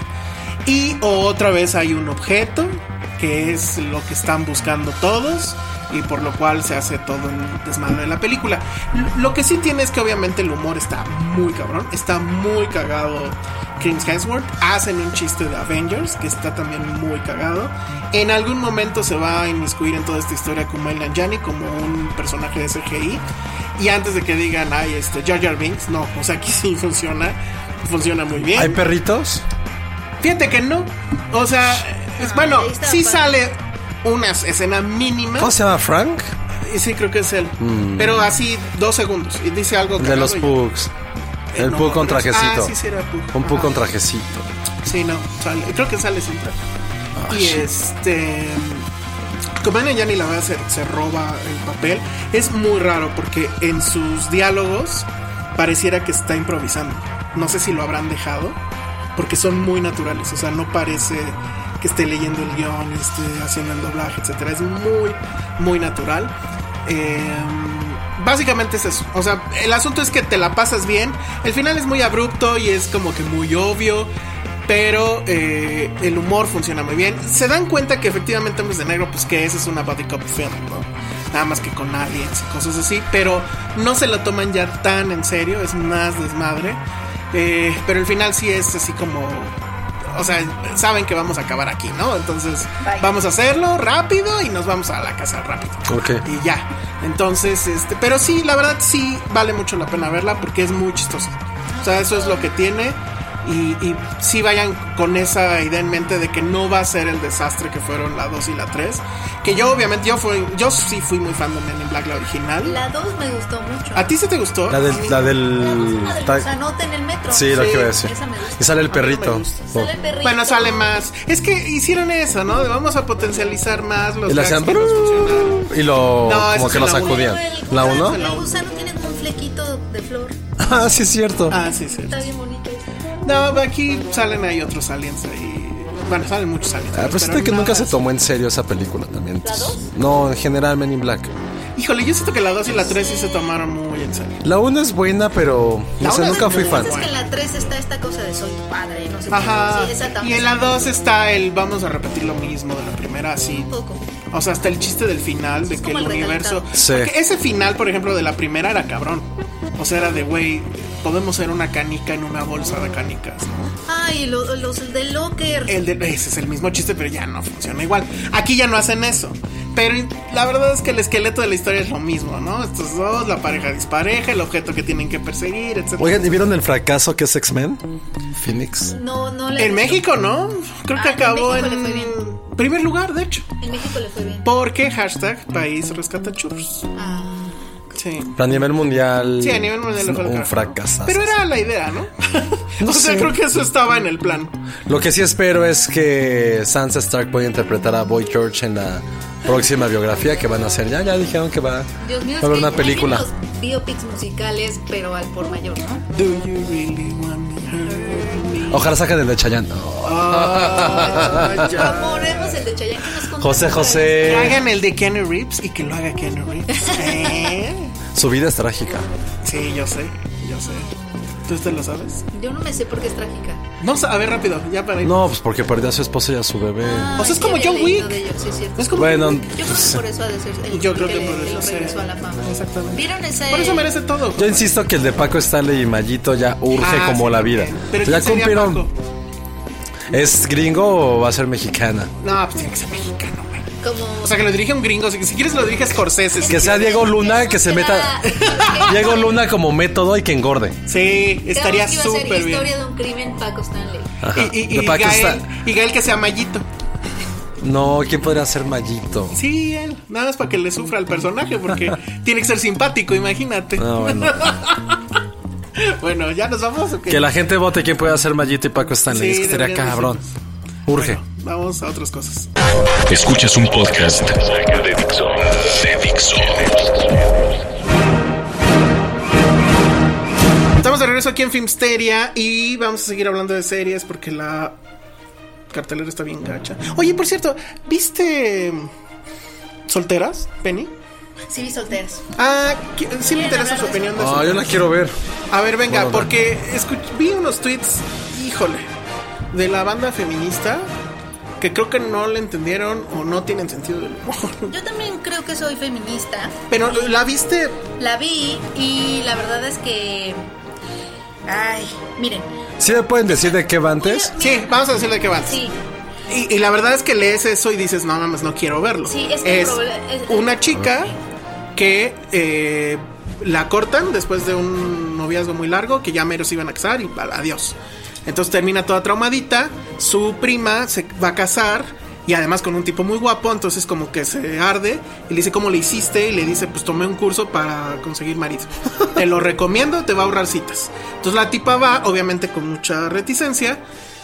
Y otra vez hay un objeto que es lo que están buscando todos, y por lo cual se hace todo el desmadre de la película. Lo que sí tiene es que obviamente el humor está muy cabrón, está muy cagado. Chris Hemsworth, hacen un chiste de Avengers que está también muy cagado. En algún momento se va a inmiscuir en toda esta historia Kumail Nanjiani como un personaje de C G I. Y antes de que digan, ay, este Jar Jar Binks, no, o sea, aquí sí funciona, funciona muy bien. ¿Hay perritos? Fíjate que no, o sea, es, bueno, ahí está, sí padre. sale una escena mínima. ¿Cómo se llama? ¿Frank? Y sí, creo que es él. Pero así, dos segundos. Y dice algo De cagado los y- Pugs. Eh, El no, Pug con pero- trajecito. Ah, sí, sí, era Pug. Un Pug Ajá. con trajecito. Sí, no, sale, creo que sale sin traje. Ay, Y sí. este. Como ya ni la verdad se, se roba el papel. Es muy raro porque en sus diálogos pareciera que está improvisando. No sé si lo habrán dejado, porque son muy naturales. O sea, no parece que esté leyendo el guión y esté haciendo el doblaje, etcétera. Es muy, muy natural. Eh, básicamente es eso. O sea, el asunto es que te la pasas bien. El final es muy abrupto y es como que muy obvio, pero eh, el humor funciona muy bien. Se dan cuenta que efectivamente Hombres de Negro, pues que esa es una body cop film, ¿no? Nada más que con aliens y cosas así, pero no se lo toman ya tan en serio, es más desmadre. Eh, pero el final sí es así como... O sea, saben que vamos a acabar aquí, ¿no? Entonces, Bye. vamos a hacerlo rápido y nos vamos a la casa rápido. Ok. Y ya. Entonces, este, pero sí, la verdad sí vale mucho la pena verla porque es muy chistosa. O sea, eso es lo que tiene. Y, y sí vayan con esa idea en mente de que no va a ser el desastre que fueron la dos y la tres. Que yo obviamente, yo fui, yo sí fui muy fan de Men in Black, la original. La dos me gustó mucho. ¿A ti sí te gustó? La A mí- del... La del... La dos es la del ta- gusanote en el metro. Sí, lo Sí, que iba a decir. esa me gusta. Y sale el A mí no me perrito. gusta. Oh. Sale el perrito. Bueno, sale más. Es que hicieron eso, ¿no? De vamos a potencializar más los Y la gags hacían... que nos funcionaron. Y lo... No, esa como es que lo la uno. sacudían. Pero el ¿La gusano- uno? El gusano tiene como un flequito de flor. Ah, sí es cierto. Ah, sí, sí. Está bien bonito. No, aquí salen ahí otros aliens ahí Bueno, salen muchos años. Ah, pero siento que nunca se tomó en serio esa película también. ¿La dos? No, en general Men in Black. Híjole, yo siento que la dos y la tres sí se tomaron muy en serio. La uno es buena, pero no La sé, uno nunca es fui muy fan. Es que en la tres está esta cosa de soy tu padre, no sé Ajá. qué. Sí, esa Y también. en la dos está el vamos a repetir lo mismo de la primera, así. Un poco. O sea, hasta el chiste del final, de Es que como el el universo. recalcado. Sí. Porque ese final, por ejemplo, de la primera era cabrón. O sea, era de, güey, podemos ser una canica en una bolsa de canicas, ¿no? Ay, lo- los de Locker. El de, ese es el mismo chiste, pero ya no funciona igual. Aquí ya no hacen eso. Pero la verdad es que el esqueleto de la historia es lo mismo, ¿no? Estos dos, la pareja dispareja, el objeto que tienen que perseguir, etcétera. Oigan, ¿y vieron el fracaso que es X-Men? Phoenix. No, no le En México, ¿no? Creo que Ah, en acabó México en le fue bien. primer lugar, de hecho. En México le fue bien. Porque hashtag país rescata churros. Ah. Sí. A nivel mundial. Sí, a nivel mundial es le fue el un carajo. fracaso. Pero era la idea, ¿no? No o sea, sé. creo que eso estaba en el plan. Lo que sí espero es que Sansa Stark pueda interpretar a Boy George en la próxima biografía que van a hacer. Ya, ya dijeron que va, Dios mío, va es a haber que una película. hay los biopics musicales, pero al por mayor, ¿no? Do you really want to hurt me? Ojalá saquen el de Chayanne. Ah, ya. Amoremos el de Chayanne que nos contó. José Que José. hagan el de Keanu Reeves y que lo haga Keanu Reeves. ¿Eh? Su vida es trágica. Sí, yo sé, yo sé. ¿Tú te lo sabes? Yo no me sé por qué es trágica. Vamos a ver rápido, ya para ir. No, pues porque perdió a su esposa y a su bebé. O sea, es como Ay, sí John había leído Wick. de ello, sí, es cierto. Es como Bueno, Yo creo que por eso ha de ser el Yo creo que le- por lo eso, sí. regresó a la fama. Exactamente. ¿Vieron ese? Por eso merece todo. Yo insisto que el de Paco Stanley y Mayito ya urge Ah, como sí, la ok. vida. Pero ya ¿quién sería cumplieron. Paco? ¿Es gringo o va a ser mexicana? No, pues tiene que ser mexicano, güey. Como O sea, que lo dirige un gringo. Si, si quieres, lo dirige Scorsese. si Que sea quieres. Diego Luna, que se meta. Diego Luna como método y que engorde. Sí, estaría Quedamos que iba a ser súper bien. Historia de un crimen, Paco Stanley. Ajá. Y, y, De y, Paco Gael, Stan- y Gael que sea Mayito. No, ¿quién podría ser Mayito? Sí, él. Nada más para que le sufra al personaje, porque tiene que ser simpático, imagínate. No, bueno. Bueno, ¿ya nos vamos o qué? Que la gente vote quién puede ser Mayito y Paco Stanley. Sí, es que estaría deberían cabrón. decirnos. Urge. Bueno, vamos a otras cosas. Escuchas un podcast de Dixo. De Dixo. Estamos de regreso aquí en Filmsteria y vamos a seguir hablando de series porque la cartelera está bien gacha. Oye, por cierto, ¿viste Solteras, Penny? Sí, vi solteros. Ah, qui- sí me interesa su opinión de Ah, eso. yo la quiero ver. A ver, venga, Bueno, porque escuch- vi unos tweets, híjole, de la banda feminista que creo que no le entendieron o no tienen sentido del humor. Yo también creo que soy feminista. Pero la viste. La vi y la verdad es que... Ay, miren. ¿Sí me pueden decir de qué va antes? Sí, vamos a decirle de qué va. Sí, Y, y la verdad es que lees eso y dices, no mames, no quiero verlo. Sí, es que el es proble- es- una chica que eh, la cortan después de un noviazgo muy largo, que ya mero se iban a casar y adiós. Entonces termina toda traumadita, su prima se va a casar y además con un tipo muy guapo, entonces como que se arde y le dice, ¿cómo le hiciste? Y le dice, pues tomé un curso para conseguir marido. Te lo recomiendo, te va a ahorrar citas. Entonces la tipa va, obviamente con mucha reticencia,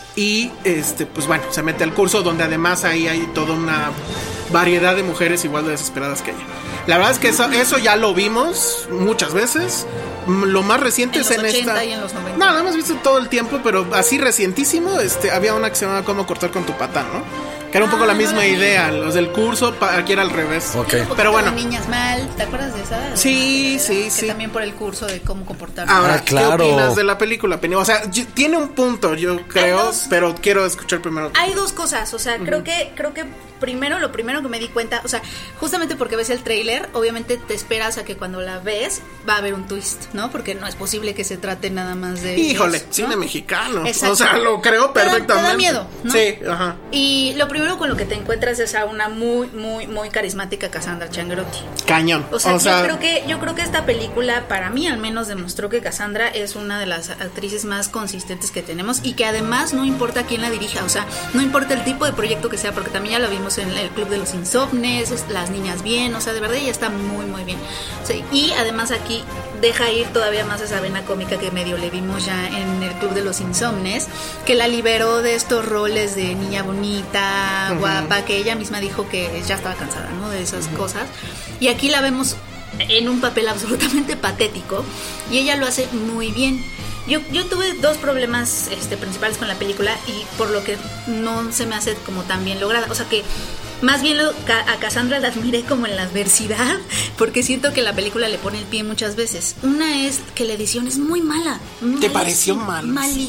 y este, pues bueno, se mete al curso donde además ahí hay toda una variedad de mujeres igual de desesperadas que ella. La verdad es que eso, eso ya lo vimos muchas veces. Mm, Lo más reciente En es los en ochenta esta. y en los noventa. No, no hemos visto todo el tiempo, pero así recientísimo, este, había una que se llamaba Cómo cortar con tu patán, ¿no? Que era un poco Ah, la no misma la vi. idea. Los del curso, pa- aquí era al revés. Ok. Pero bueno. Niñas mal, ¿te acuerdas de esa? Sí, sí, Que sí. también por el curso de cómo comportarse. Ahora, Ah, claro. ¿qué opinas de la película, Penny? O sea, yo- tiene un punto, yo creo, dos- pero quiero escuchar primero. Hay dos cosas, o sea, creo que creo que primero lo primero que me di cuenta, o sea, justamente porque ves el tráiler, obviamente te esperas a que cuando la ves va a haber un twist, ¿no? Porque no es posible que se trate nada más de Híjole, ellos, ¿no? cine mexicano. Exacto. O sea, lo creo Te da- perfectamente. te da miedo, ¿no? Sí, ajá. Y lo primero con lo que te encuentras es a una muy muy muy carismática Cassandra Changrotti. Cañón. O sea, yo creo que yo creo que esta película para mí al menos demostró que Cassandra es una de las actrices más consistentes que tenemos y que además no importa quién la dirija, o sea, no importa el tipo de proyecto que sea, porque también ya lo vimos en el Club de los Insomnes, es- Las Niñas Bien, o sea, de verdad ella está muy muy bien. O sea, y además aquí deja ir todavía más esa vena cómica que medio le vimos ya en el Club de los Insomnes, que la liberó de estos roles de niña bonita, guapa, que ella misma dijo que ya estaba cansada, ¿no? De esas cosas. Y aquí la vemos en un papel absolutamente patético y ella lo hace muy bien. Yo, yo tuve dos problemas este, principales con la película y por lo que no se me hace como tan bien lograda. O sea que más bien lo, a Cassandra la admiré como en la adversidad, porque siento que la película le pone el pie muchas veces. Una es que la edición es muy mala. ¿Te pareció mal?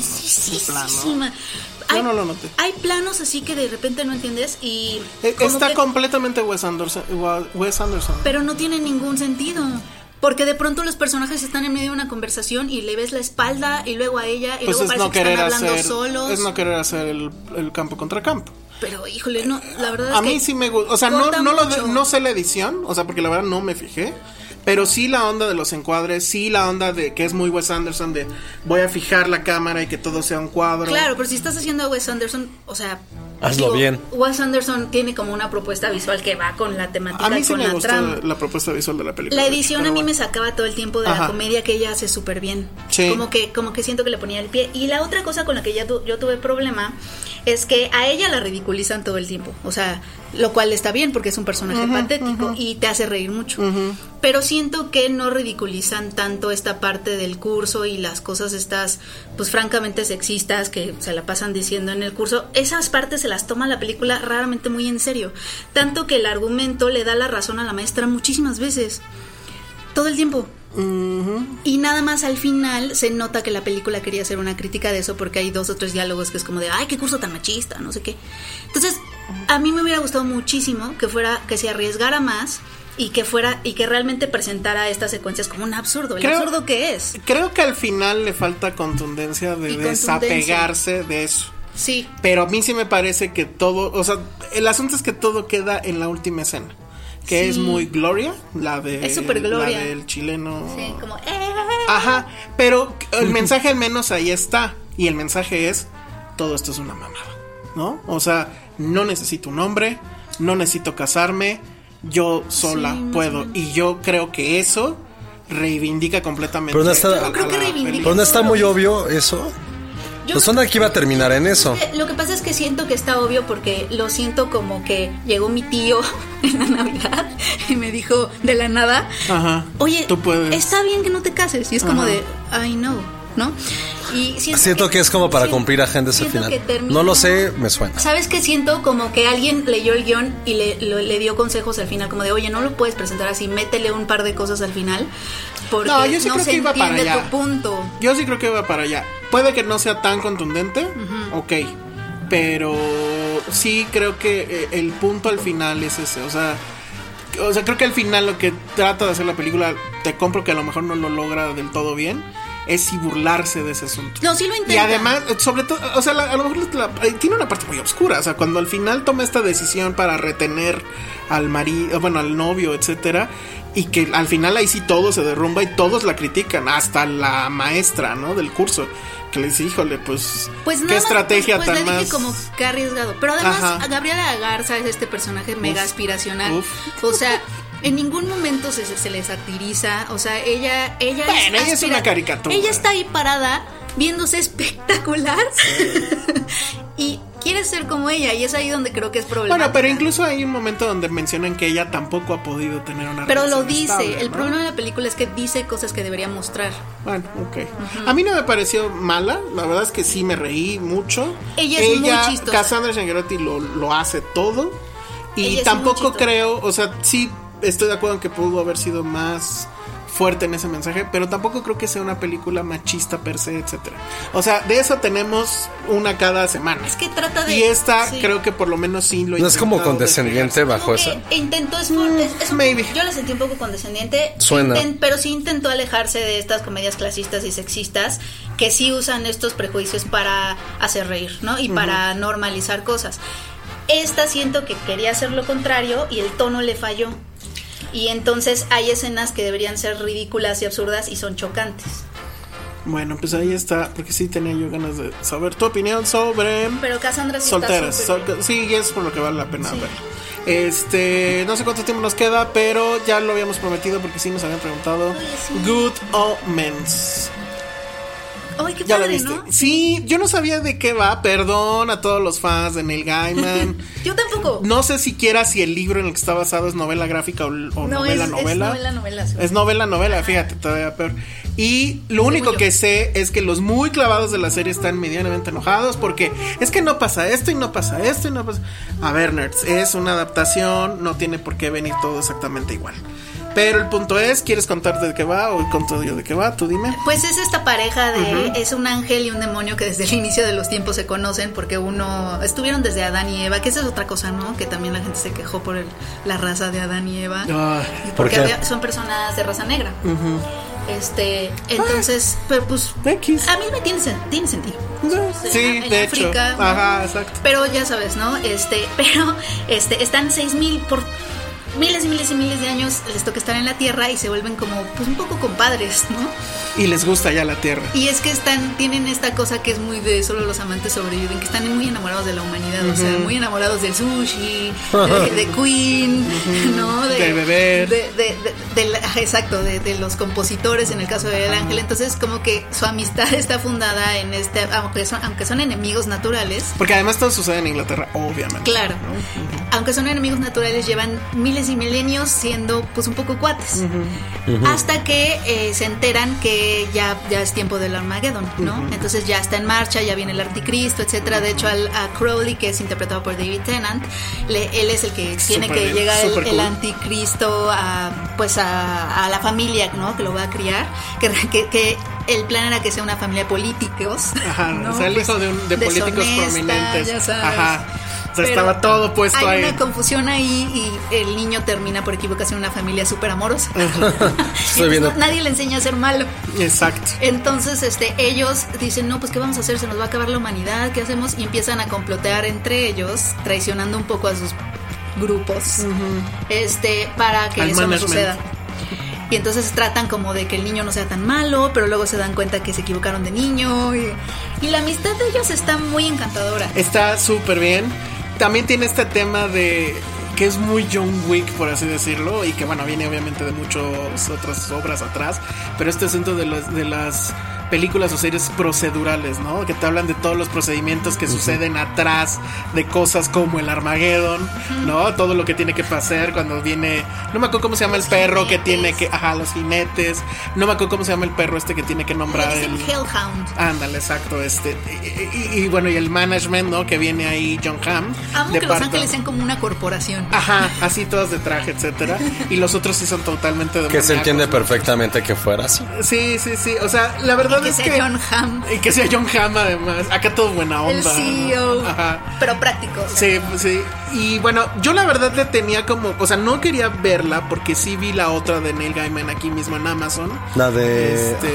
Malísima. Yo Hay, no lo noté. Hay planos así que de repente no entiendes y... Está que, completamente Wes Anderson, Wes Anderson. Pero no tiene ningún sentido. Porque de pronto los personajes están en medio de una conversación y le ves la espalda y luego a ella y pues luego parece no que están hablando hacer, solos. Es no querer hacer el, el campo contra campo. Pero híjole, no, la verdad es a que... A mí sí me gusta, o sea, no, no, lo de, no sé la edición, o sea, porque la verdad no me fijé. Pero sí la onda de los encuadres, sí la onda de que es muy Wes Anderson, de voy a fijar la cámara y que todo sea un cuadro. Claro, pero si estás haciendo a Wes Anderson, o sea... Hazlo digo, bien. Wes Anderson tiene como una propuesta visual que va con la temática. A mí sí con me la gustó trama. la propuesta visual de la película. La edición a mí bueno. me sacaba todo el tiempo de Ajá. la comedia que ella hace súper bien. Sí. Como que, como que siento que le ponía el pie. Y la otra cosa con la que ya tu, yo tuve problema es que a ella la ridiculizan todo el tiempo. O sea, lo cual está bien porque es un personaje uh-huh, patético uh-huh. y te hace reír mucho. Uh-huh. Pero siento que no ridiculizan tanto esta parte del curso y las cosas estas, pues francamente sexistas que se la pasan diciendo en el curso. Esas partes se las toma la película raramente muy en serio. Tanto que el argumento le da la razón a la maestra muchísimas veces. Todo el tiempo. Uh-huh. Y nada más al final se nota que la película quería hacer una crítica de eso porque hay dos o tres diálogos que es como de ay, qué curso tan machista, no sé qué. Entonces, a mí me hubiera gustado muchísimo que fuera, que se arriesgara más y que fuera, y que realmente presentara estas secuencias como un absurdo. ¿El creo, absurdo qué es? Creo que al final le falta contundencia de desapegarse de eso. Sí. Pero a mí sí me parece que todo, o sea, el asunto es que todo queda en la última escena. Que sí. Es muy Gloria, la de es super Gloria. La del chileno. Sí, como eh. Ajá, pero el mensaje al menos ahí está. Y el mensaje es, todo esto es una mamada, ¿no? O sea, no necesito un hombre, no necesito casarme, yo sola sí, puedo. Y yo creo que eso reivindica completamente. Pero no está, yo creo que reivindica pero no está muy obvio eso. Yo pues onda que iba a terminar en eso. Lo que pasa es que siento que está obvio porque lo siento como que llegó mi tío en la Navidad y me dijo de la nada, ajá, oye, tú puedes. Está bien que no te cases. Y es ajá. como de, I know, ¿no? Y siento, siento que, que es como para siento, cumplir agendas al final. Termina, no lo sé, me suena. ¿Sabes qué siento? Como que alguien leyó el guión y le, lo, le dio consejos al final, como de, oye, no lo puedes presentar así, métele un par de cosas al final. Porque no, yo sí no creo se que iba para allá. Tu punto. Yo sí creo que iba para allá. Puede que no sea tan contundente, uh-huh. ok, pero sí creo que el punto al final es ese, o sea, o sea, creo que al final lo que trata de hacer la película, te compro que a lo mejor no lo logra del todo bien, es sí burlarse de ese asunto. No, sí lo intenta. Y además, sobre todo, o sea, la, a lo mejor la, tiene una parte muy oscura, o sea, cuando al final toma esta decisión para retener al marido, bueno, al novio, etcétera, y que al final ahí sí todo se derrumba y todos la critican, hasta la maestra, ¿no? Del curso, que le dice, híjole, pues, pues qué nada, estrategia pues, tan le dije más como que arriesgado. Pero además, ajá. Gabriela Garza es este personaje mega uf, aspiracional. Uf. O sea, en ningún momento se, se le satiriza. O sea, ella, ella bueno, es ella es una caricatura. Ella está ahí parada, viéndose espectacular. Y quiere ser como ella, y es ahí donde creo que es problemático. Bueno, pero incluso hay un momento donde mencionan que ella tampoco ha podido tener una pero lo dice, estable, el ¿no? problema de la película es que dice cosas que debería mostrar. Bueno, ok. Uh-huh. A mí no me pareció mala, la verdad es que sí me reí mucho. Ella es ella, muy chistosa. Cassandra Sanguinetti lo, lo hace todo. Y ella tampoco creo, o sea, sí estoy de acuerdo en que pudo haber sido más fuerte en ese mensaje, pero tampoco creo que sea una película machista per se, etcétera. O sea, de eso tenemos una cada semana. Es que trata de... Y esta sí. creo que por lo menos sí lo ¿no es como condescendiente bajo eso? Intentó, es, es, es maybe. Yo la sentí un poco condescendiente. Suena. Intent, pero sí intentó alejarse de estas comedias clasistas y sexistas que sí usan estos prejuicios para hacer reír, ¿no? Y uh-huh. para normalizar cosas. Esta siento que quería hacer lo contrario y el tono le falló. Y entonces hay escenas que deberían ser ridículas y absurdas y son chocantes. Bueno, pues ahí está, porque sí tenía yo ganas de saber tu opinión sobre... Pero Cassandra sí solteras. Está Sol- sí, es por lo que vale la pena sí. verlo. Este, no sé cuánto tiempo nos queda, pero ya lo habíamos prometido porque sí nos habían preguntado. Oye, sí. Good Omens. Ay, qué ¿Ya padre, la viste? ¿no? Sí, yo no sabía de qué va. Perdón a todos los fans de Neil Gaiman. Yo tampoco. No sé siquiera si el libro en el que está basado es novela gráfica o, o no, novela es, novela. Es novela novela. Sí. Es novela novela, fíjate, todavía peor. Y lo único yo. que sé es que los muy clavados de la serie están medianamente enojados porque es que no pasa esto y no pasa esto y no pasa... A ver, nerds, es una adaptación, no tiene por qué venir todo exactamente igual. Pero el punto es, ¿quieres contarte de qué va o conto yo de qué va? Tú dime. Pues es esta pareja de... Uh-huh. Es un ángel y un demonio que desde el inicio de los tiempos se conocen porque uno... Estuvieron desde Adán y Eva, que esa es otra cosa, ¿no? Que también la gente se quejó por el, la raza de Adán y Eva. Ah, porque ¿por qué? había, son personas de raza negra. uh-huh. Este... Entonces, pero pues... X. A mí me tiene, sen- tiene sentido. Sí, en de África, hecho. ¿no? Ajá, exacto. Pero ya sabes, ¿no? Este, pero este, están seis mil por miles y miles y miles de años, les toca estar en la Tierra y se vuelven como, pues un poco compadres, ¿no? Y les gusta ya la Tierra. Y es que están, tienen esta cosa que es muy de solo los amantes sobreviven, que están muy enamorados de la humanidad, uh-huh. O sea, muy enamorados del sushi, de, de Queen, uh-huh. ¿no? De, de beber. De, de, de, de la, exacto, de, de los compositores en el caso del uh-huh. ángel. Entonces, como que su amistad está fundada en este, aunque son, aunque son enemigos naturales. Porque además todo sucede en Inglaterra, obviamente. Claro. ¿No? Uh-huh. Aunque son enemigos naturales, llevan miles y milenios siendo pues un poco cuates. Uh-huh. Uh-huh. Hasta que eh, se enteran que ya, ya es tiempo del Armageddon, ¿no? Uh-huh. Entonces ya está en marcha, ya viene el anticristo, etcétera. De hecho, al, a Crowley, que es interpretado por David Tennant, le, él es el que tiene super que bien, llegar el, cool. el anticristo a pues a, a la familia, ¿no? Que lo va a criar. Que, que, que el plan era que sea una familia de políticos. Ajá, ¿no? O sea, el hijo pues, de, un, de políticos prominentes. Ya sabes. Ajá. O sea, Pero estaba todo puesto hay ahí. Hay una confusión ahí y el niño termina por equivocación en una familia súper amorosa. Estoy viendo. No, nadie le enseña a ser malo. Exacto. Entonces, este, ellos dicen, no, pues ¿qué vamos a hacer? Se nos va a acabar la humanidad, ¿qué hacemos? Y empiezan a complotear entre ellos, traicionando un poco a sus grupos, uh-huh. este, para que Al eso management. no suceda. Y entonces tratan como de que el niño no sea tan malo, pero luego se dan cuenta que se equivocaron de niño. Y, y la amistad de ellos está muy encantadora. Está súper bien. También tiene este tema de que es muy John Wick, por así decirlo, y que bueno, viene obviamente de muchas otras obras atrás, pero este asunto de, los, de las películas o series procedurales, ¿no? Que te hablan de todos los procedimientos que uh-huh. suceden atrás de cosas como el Armageddon, uh-huh. ¿no? Todo lo que tiene que pasar cuando viene... No me acuerdo cómo se llama los el perro jinetes. que tiene que... Ajá, los jinetes. No me acuerdo cómo se llama el perro este que tiene que nombrar es el... el Hellhound. Ándale, exacto, este... Y, y, y bueno, y el management, ¿no? Que viene ahí John Hamm. Amo de que parto. Los Ángeles sean como una corporación. Ajá, así todos de traje, etcétera. Y los otros sí son totalmente de Que se entiende perfectamente que fuera así. Sí, sí, sí. O sea, la verdad y que es sea que... John Hamm. Y que sea John Hamm, además. Acá todo buena onda. El C E O. Ajá. Pero práctico. O sea. Sí, sí. Y bueno, yo la verdad le tenía como... O sea, no quería verla porque sí vi la otra de Neil Gaiman aquí mismo en Amazon. La de... Este...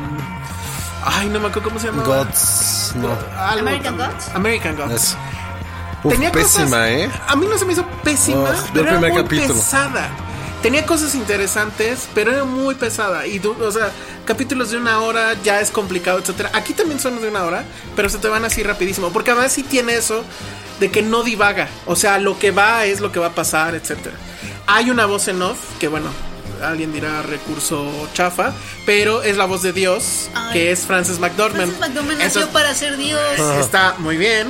Ay, no me acuerdo cómo se llama. Gods. No. Algo American también. Gods. American Gods. Es... Uf, Tenía pésima, cosas, ¿eh? A mí no se me hizo pésima, Oh, pero era primer muy capítulo. pesada. Tenía cosas interesantes, pero era muy pesada. Y, o sea, capítulos de una hora ya es complicado, etcétera. Aquí también son de una hora, pero se te van así rapidísimo. Porque además sí tiene eso de que no divaga. O sea, lo que va es lo que va a pasar, etcétera. Hay una voz en off, que bueno, alguien dirá recurso chafa, pero es la voz de Dios, Ay, que es Frances McDormand. Frances McDormand nació Eso, para ser Dios. Está muy bien.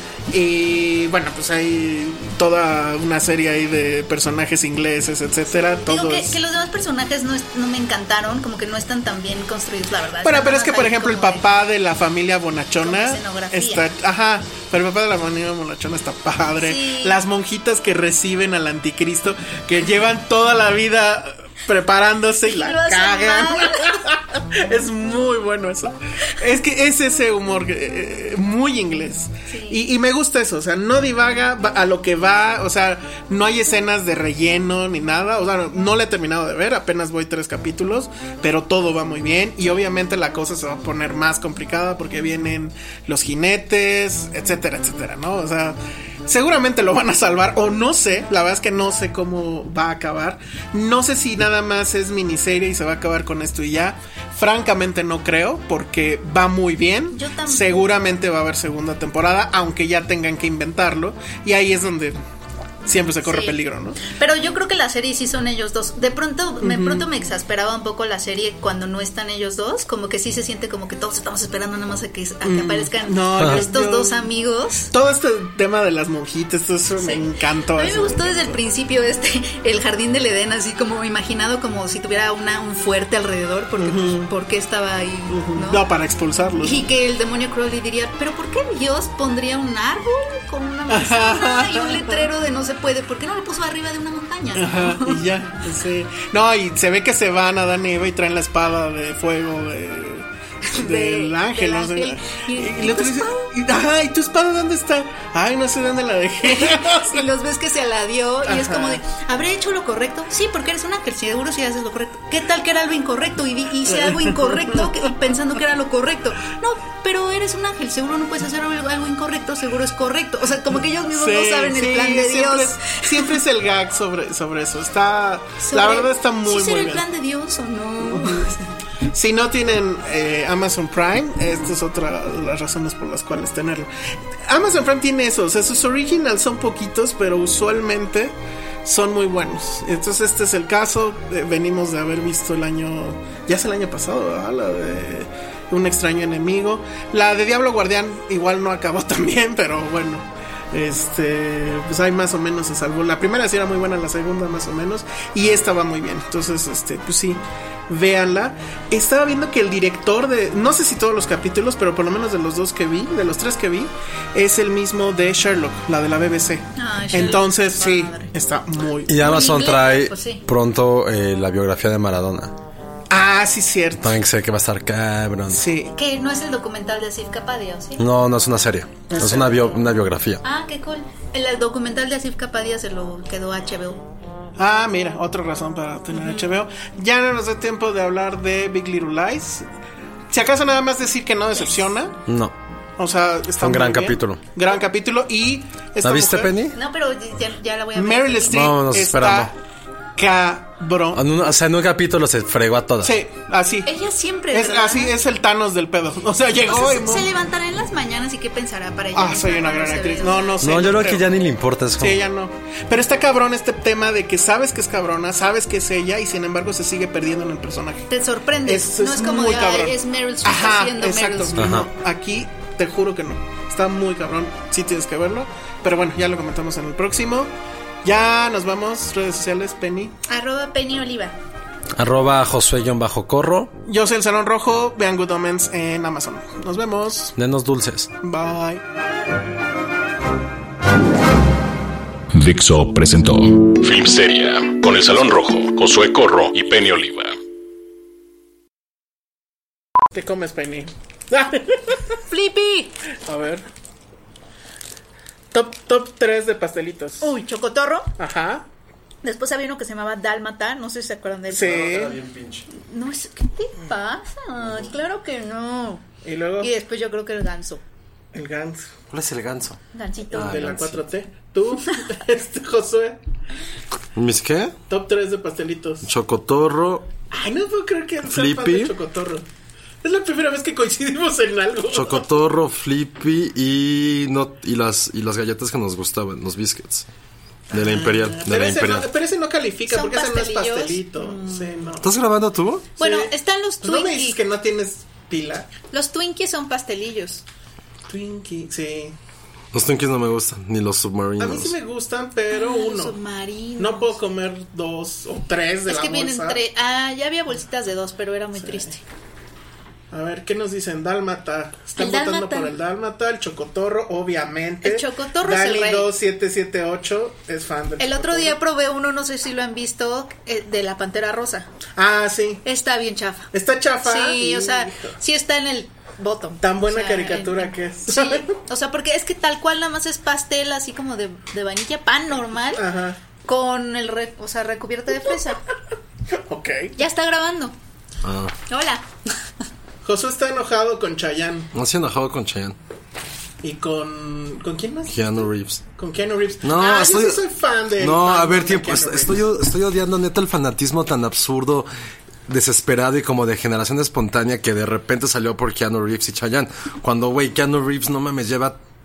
Y bueno, pues hay toda una serie ahí de personajes ingleses, etcétera. Digo Todos... que, que los demás personajes no, es, no me encantaron, como que no están tan bien construidos, la verdad. Bueno, pero es que por ejemplo el papá de... de la familia bonachona está, ajá, pero el papá de la familia bonachona está padre. Sí. Las monjitas que reciben al anticristo, que llevan toda la vida preparándose y, y la cagan. Es muy bueno eso. Es que es ese humor eh, muy inglés. Sí. Y, y me gusta eso. O sea, no divaga a lo que va. O sea, no hay escenas de relleno ni nada. O sea, no, no la he terminado de ver. Apenas voy tres capítulos. Pero todo va muy bien. Y obviamente la cosa se va a poner más complicada porque vienen los jinetes, etcétera, etcétera, ¿no? O sea, seguramente lo van a salvar, o no sé, la verdad es que no sé cómo va a acabar. No sé si nada más es miniserie y se va a acabar con esto y ya. Francamente no creo, porque va muy bien. Yo tampoco. Seguramente va a haber segunda temporada, aunque ya tengan que inventarlo. Y ahí es donde siempre se corre Sí. peligro, ¿no? Pero yo creo que la serie sí son ellos dos. De pronto, me pronto me exasperaba un poco la serie cuando no están ellos dos. Como que sí se siente como que todos estamos esperando nada más a que, a que aparezcan No, yo- estos yo- dos amigos. Todo este tema de las monjitas, eso me Sí. encantó. A mí me eso. gustó desde el principio este el jardín del Edén, así como imaginado como si tuviera una un fuerte alrededor, porque pues, ¿por qué estaba ahí? ¿no? No, para expulsarlos. Y que el demonio Crowley diría, ¿pero por qué Dios pondría un árbol con una manzana y un letrero de no se puede? ¿Por qué no lo puso arriba de una montaña? Ajá, y ya, sí. No, y se ve que se van a Adán y Eva y traen la espada de fuego de, del De- ángel. del ¿no? ángel. Y, ¿Y- y y el otro tu dice, espada? y- ajá, ¿y tu espada dónde está? Ay, no sé dónde la dejé. Y los ves que se la dio y es Ajá. como de, ¿habré hecho lo correcto? Sí, porque eres un ángel, seguro si haces lo correcto. ¿Qué tal que era lo incorrecto? Y di- hice algo incorrecto que- pensando que era lo correcto. No, pero eres un ángel, seguro no puedes hacer algo, algo incorrecto, seguro es correcto. O sea, como que ellos mismos Sí, no saben sí, el plan de siempre Dios. Es, siempre es el gag sobre, sobre eso. Está, la Sobre, verdad está muy, ¿sí muy será bien. el plan de Dios o no? Si no tienen eh, Amazon Prime, esta es otra de las razones por las cuales tenerlo. Amazon Prime tiene eso, o sea, sus originals son poquitos, pero usualmente son muy buenos. Entonces este es el caso, eh, venimos de haber visto el año, ya es el año pasado, ¿verdad? La de Un extraño enemigo. La de Diablo Guardián igual no acabó tan bien, pero bueno. Este, pues hay más o menos se salvó. La primera sí era muy buena, la segunda más o menos, y esta va muy bien. Entonces, este, pues sí, véanla. Estaba viendo que el director de, no sé si todos los capítulos, pero por lo menos de los dos que vi, de los tres que vi, es el mismo de Sherlock, la de la B B C. Ay, Sherlock, Entonces, sí, padre. está muy. Y Amazon inglés, trae pues sí. pronto eh, la biografía de Maradona. Ah, sí, cierto. También sé que va a estar cabrón. Sí. Que no es el documental de Asif Kapadia, ¿o sí? No, no es una serie. Es una, bio- una biografía. Ah, qué cool. El, el documental de Asif Kapadia se lo quedó H B O. Ah, mira, otra razón para tener H B O. Ya no nos da tiempo de hablar de Big Little Lies. Si acaso nada más decir que no decepciona. No. O sea, está Un muy gran bien. capítulo. Gran capítulo. Y esta ¿La viste, mujer, Penny? No, pero ya, ya la voy a ver. Meryl Streep Vámonos está esperando. cabrón. En un- o sea, en un capítulo se fregó a todas. Sí, así. Ella siempre, Es, ¿verdad? así es el Thanos del pedo. O sea, llegó O sea, y... se, se levantará en las mañanas y qué pensará para ella. Ah, misma soy una cuando gran se actriz. ve? No, no sé. No, yo creo que creo. ya ni le importa. Es como, Sí, ella no. Pero está cabrón este tema de que sabes que es cabrona, sabes que es ella y sin embargo se sigue perdiendo en el personaje. Te sorprendes. Es, no es como muy de, cabrón. "Ay, es Meryl Streep Ajá, haciendo exacto. Meryl Streep". No, aquí te juro que no. Está muy cabrón. Sí tienes que verlo. Pero bueno, ya lo comentamos en el próximo. Ya nos vamos. Redes sociales, Penny. Arroba Penny Oliva. Arroba Josué-Corro. Yo soy el Salón Rojo. Vean Good Omens en Amazon. Nos vemos. Denos dulces. Bye. Dixo presentó Filmsteria con el Salón Rojo, Josué Corro y Penny Oliva. Te comes, Penny. Flippy. A ver. Top, top tres de pastelitos. Uy, chocotorro. Ajá. Después había uno que se llamaba Dálmata. No sé si se acuerdan de él. Sí. No, es- ¿qué te pasa? Claro que no. Y luego Y después yo creo que el ganso. el Gans ¿Cuál es el ganso? Gansito. de la Gans. cuatro T. Tú, este Josué. ¿Mis qué? Top tres de pastelitos. Chocotorro, Ay, no puedo creer que seas fan Flippy. de Chocotorro. Es la primera vez que coincidimos en algo. Chocotorro, Flippy y no y las y las galletas que nos gustaban, los biscuits. De la Imperial, de Pero la ese, no, Imperial. pero ese no califica Son porque ese no es pastelillos. pastelito. Sí, no. ¿Estás grabando tú? Bueno, Sí. están los Pues no me dices Twinkies. que no tienes pila. Los Twinkies son pastelillos. Twinkie, sí. Los Twinkies no me gustan, ni los A mí submarinos. sí me gustan, pero Ah, uno. submarinos. No puedo comer dos o tres de Es la que vienen bolsa. tres. Ah, ya había bolsitas de dos, pero era muy triste. A ver, ¿qué nos dicen? Dálmata. Están El votando dálmata. por el Dálmata, el Chocotorro, obviamente. El Chocotorro es el Dani rey. dos siete siete ocho es fan del El otro Chocotorro. día probé uno, no sé si lo han visto, eh, de la Pantera Rosa. Ah, sí. Está bien chafa. Está chafa. Sí, o sea, Hijo. sí está en el bottom. Tan buena O sea, caricatura en- que es. Sí, o sea, porque es que tal cual nada más es pastel así como de, de vainilla, pan normal, Ajá. con el, re- o sea, recubierto de fresa. Ok. Ya está grabando. Ah, Hola. Josué está enojado con Chayanne no se enojado con Chayanne. y con... ¿Con quién más? Keanu Reeves. Con Keanu Reeves. No, ah, estoy- yo sí soy fan de... No, fan a ver, de tiempo. Keanu est- Reeves. Estoy, estoy odiando neta el fanatismo tan absurdo, desesperado y como de generación espontánea que de repente salió por Keanu Reeves y Chayanne. Cuando, güey, Keanu Reeves, no mames, lleva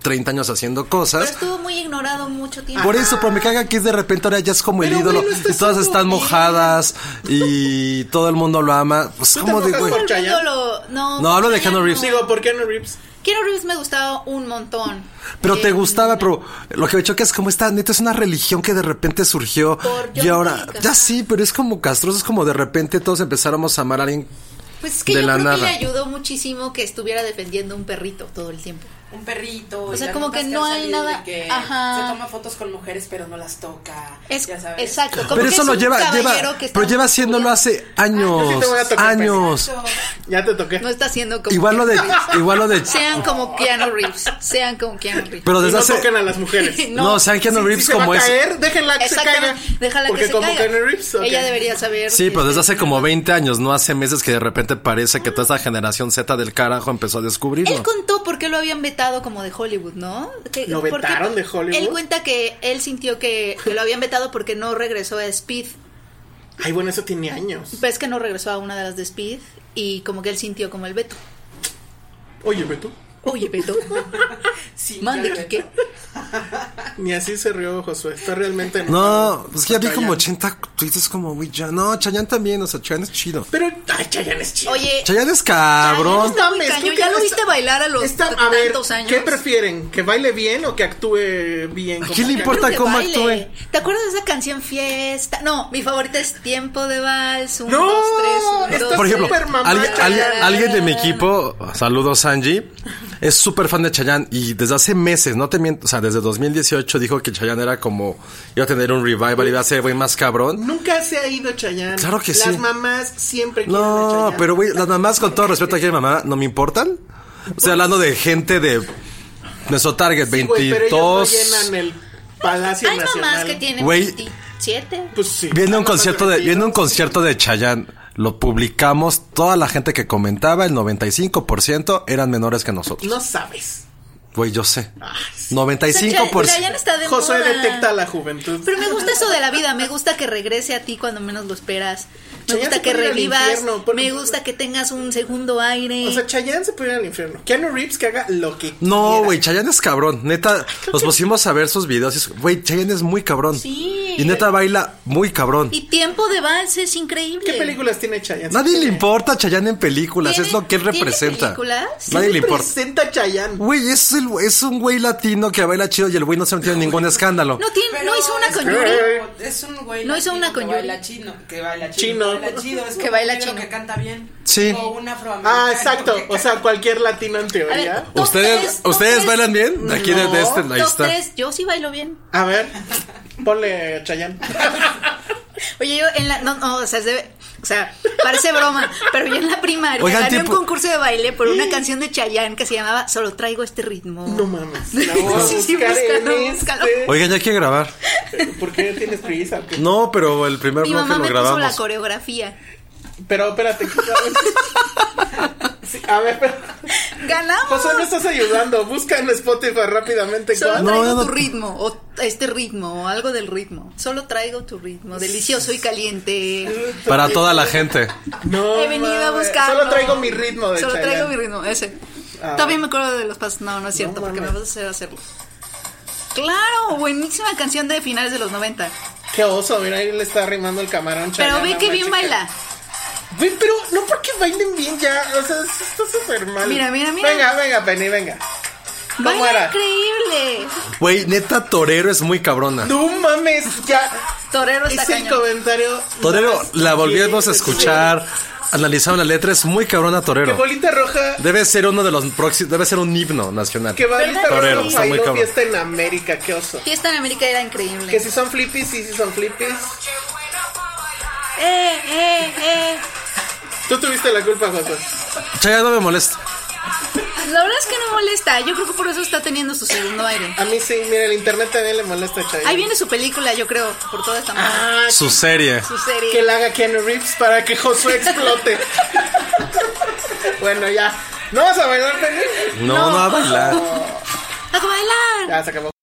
treinta años haciendo Pero cosas. estuvo muy ignorado mucho tiempo. Por eso, pero me caga que de repente ahora ya es como el Pero, ídolo güey, lo está y todas haciendo están bien. mojadas y todo el mundo lo ama. Pues ¿Tú te como de mojas güey. por Todo el Chayanne? mundo lo- no, No, hablo de Chayanne Keanu Reeves. no. Digo, ¿por qué no Reeves? Keanu Reeves me gustaba un montón. Pero te Eh, gustaba, pero lo que me choca es como esta neta es una religión que de repente surgió Por y John ahora Wick, ya ajá. sí, pero es como castroso, es como de repente todos empezáramos a amar a alguien. Pues es que de yo la creo nada. que le ayudó muchísimo que estuviera defendiendo un perrito todo el tiempo. Un perrito. O y sea, las como notas que no han hay salido nada- de que ajá. se toma fotos con mujeres, pero no las toca. Es, ya sabes. exacto. Como Pero que eso es lo un lleva, caballero lleva, que está pero lleva muy haciéndolo cuidado. hace años, Yo sí te voy a tocar años. Exacto. Ya te toqué. No está haciendo como Igual lo de, Keanu Reeves. igual lo de, Sean como Keanu Reeves. Sean como Keanu Reeves. pero Y desde no hace, toquen a las mujeres. no, sean Keanu Si- Reeves si se como va a es. caer, déjenla que se caiga. Exactamente. Déjala Porque que se como caiga. Keanu Reeves, ok. Ella debería saber. Sí, que pero desde es hace como una- veinte años, no hace meses que de repente parece que toda esta generación Z del carajo empezó a descubrirlo. Él contó por qué lo habían vetado como de Hollywood, ¿no? Que- ¿Lo porque vetaron de Hollywood? Él cuenta que él sintió que, que lo habían vetado porque no regresó a Speed. Ay, bueno, eso tiene años. Ves que no regresó a una de las de Speed y como que él sintió como el veto. Oye, Beto. Oye, veto. Sí, Mande, ya le- Quique. Ni así se rió Josué. Está realmente No, enojado pues que ya vi con como Chayanne. ochenta tweets como, güey, ya. No, Chayanne también, o sea, Chayanne es chido. Pero, ay, Chayanne es chido. Oye, Chayanne es Chayanne cabrón. está muy Mames, cañón. creo que ¿Ya lo está- viste bailar a los Está- a ver, tantos años? ¿qué prefieren? ¿Que baile bien o que actúe bien? ¿A como quién le Chayanne? importa Que cómo baile. actúe? ¿Te acuerdas de esa canción Fiesta? No, mi favorita es Tiempo de Vals. Un, No, dos, tres, un, está dos, Por ejemplo, súper mamá, alguien, Chayanne. alguien- alguien de mi equipo, saludos Angie, es súper fan de Chayanne y desde hace meses, no te miento, o sea, desde dos mil dieciocho dijo que Chayanne era como, iba a tener un revival, iba a ser güey más cabrón. Nunca se ha ido Chayanne. Claro que Las sí. mamás siempre quieren a No, Chayanne. pero güey, las mamás con todo respeto aquí a mi mamá, ¿no me importan? Estoy hablando de gente de nuestro target, Sí, güey, pero ellos no veintidós. llenan el Palacio Hay Nacional. mamás que tienen Güey. veintisiete. Pues sí. Viene un Mamás concierto de, veintidós. viene un concierto de Chayanne. Lo publicamos, toda la gente que comentaba, el noventa y cinco por ciento eran menores que nosotros. No sabes. Güey, yo sé. Ay, sí. noventa y cinco por ciento. Chayanne está de Josué moda. detecta la juventud. Pero me gusta eso de la vida, me gusta que regrese a ti cuando menos lo esperas. Me Chayanne gusta se que puede ir al revivas, infierno, por- me gusta que tengas un segundo aire. O sea, Chayanne se puede ir al infierno. Keanu Reeves que haga lo que No, quiera. güey, Chayanne es cabrón. Neta, nos pusimos a ver sus videos y es, güey, Chayanne es muy cabrón. Sí. Y neta baila muy cabrón. Y Tiempo de Vals es increíble. ¿Qué películas tiene Chayanne? Nadie le importa a Chayanne en películas, ¿Tiene- es lo que él tiene representa. películas? Nadie le importa. Presenta a Chayanne. Güey, es, el- es un güey latino que baila chido y el güey no se metió en ningún escándalo. No, tiene, Pero no hizo una es- con Yuri. Es un güey No hizo latino una con que Yuri. baila chino, que baila chino, Chino. que baila chido, es Que como baila un negro chino. que canta bien. Sí. O un afroamericano. Ah, exacto. que O sea, cualquier latino en A teoría. ver, top ¿Ustedes, tres, top ¿ustedes tres. bailan bien? Aquí de, de este, ahí Top está. tres, yo sí bailo bien. A ver, ponle a Chayanne. Oye, yo en la. No, no, o sea, es de- o sea, parece broma, pero yo en la primaria Oigan, gané tipo- un concurso de baile por una canción de Chayanne que se llamaba Solo traigo este ritmo. No mames. La voy a Sí, sí, buscar en búscalo, búscalo. este. Oigan, ya hay que grabar. ¿Por qué tienes prisa? ¿O qué? No, pero el primer Mi bloque mamá lo me puso la grabamos. coreografía. Pero espérate. Sí, a ver, espérate. ¡Ganamos! José, no estás ayudando. Busca en Spotify rápidamente. Solo ¿cuál? No, traigo yo no- tu ritmo, o este ritmo, o algo del ritmo. Solo traigo tu ritmo, delicioso y caliente. Para toda la gente. No, He venido a mames. buscarlo. Solo traigo mi ritmo de Solo Chayanne. traigo mi ritmo, ese. Ah. Todavía me acuerdo de los pasos. No, no es cierto, No porque me mames. vas a hacer hacerlo. Claro, buenísima canción de finales de los noventa. Qué oso, mira, ahí le está arrimando el camarón Pero Chayanne ve a que una bien chica. baila. Güey, pero no porque bailen bien ya. O sea, eso está súper mal. Mira, mira, mira. Venga, venga, Penny, venga. ¿Cómo Baila era? increíble. Güey, neta, Torero es muy cabrona. No mames, ya. Torero está Es el cañón. comentario. Torero, más la volvimos a que- escuchar, analizaron la letra, es muy cabrona Que Torero. bolita roja. Debe ser uno de los próximos, debe ser un himno nacional. Que bolita Torero, roja está muy bailó cabrón. fiesta en América, qué oso. Fiesta en América era increíble. Que si son flippies, sí, sí son flippies. Eh, eh, eh. Tú tuviste la culpa, José. Chayanne no me molesta. La verdad es que no molesta. Yo creo que por eso está teniendo su segundo aire. A mí sí, mira, el internet también le molesta a Chayanne. Ahí viene su película, yo creo, por toda esta moda. Ah, Su serie. Su serie. que la haga Keanu Reeves para que Josué explote. Bueno, ya. ¿No vas a bailar, Penny? No, no, a bailar. ¡A bailar! Ya, se acabó.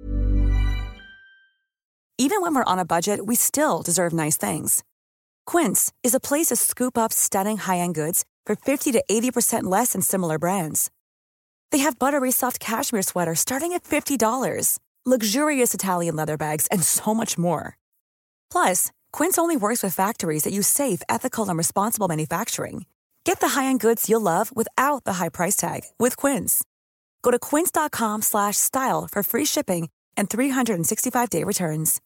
Even when we're on a budget, we still deserve nice things. Quince is a place to scoop up stunning high-end goods for fifty to eighty percent less than similar brands. They have buttery soft cashmere sweaters starting at fifty dollars, luxurious Italian leather bags, and so much more. Plus, Quince only works with factories that use safe, ethical, and responsible manufacturing. Get the high-end goods you'll love without the high price tag with Quince. Go to quince.com slash style for free shipping and three sixty-five day returns.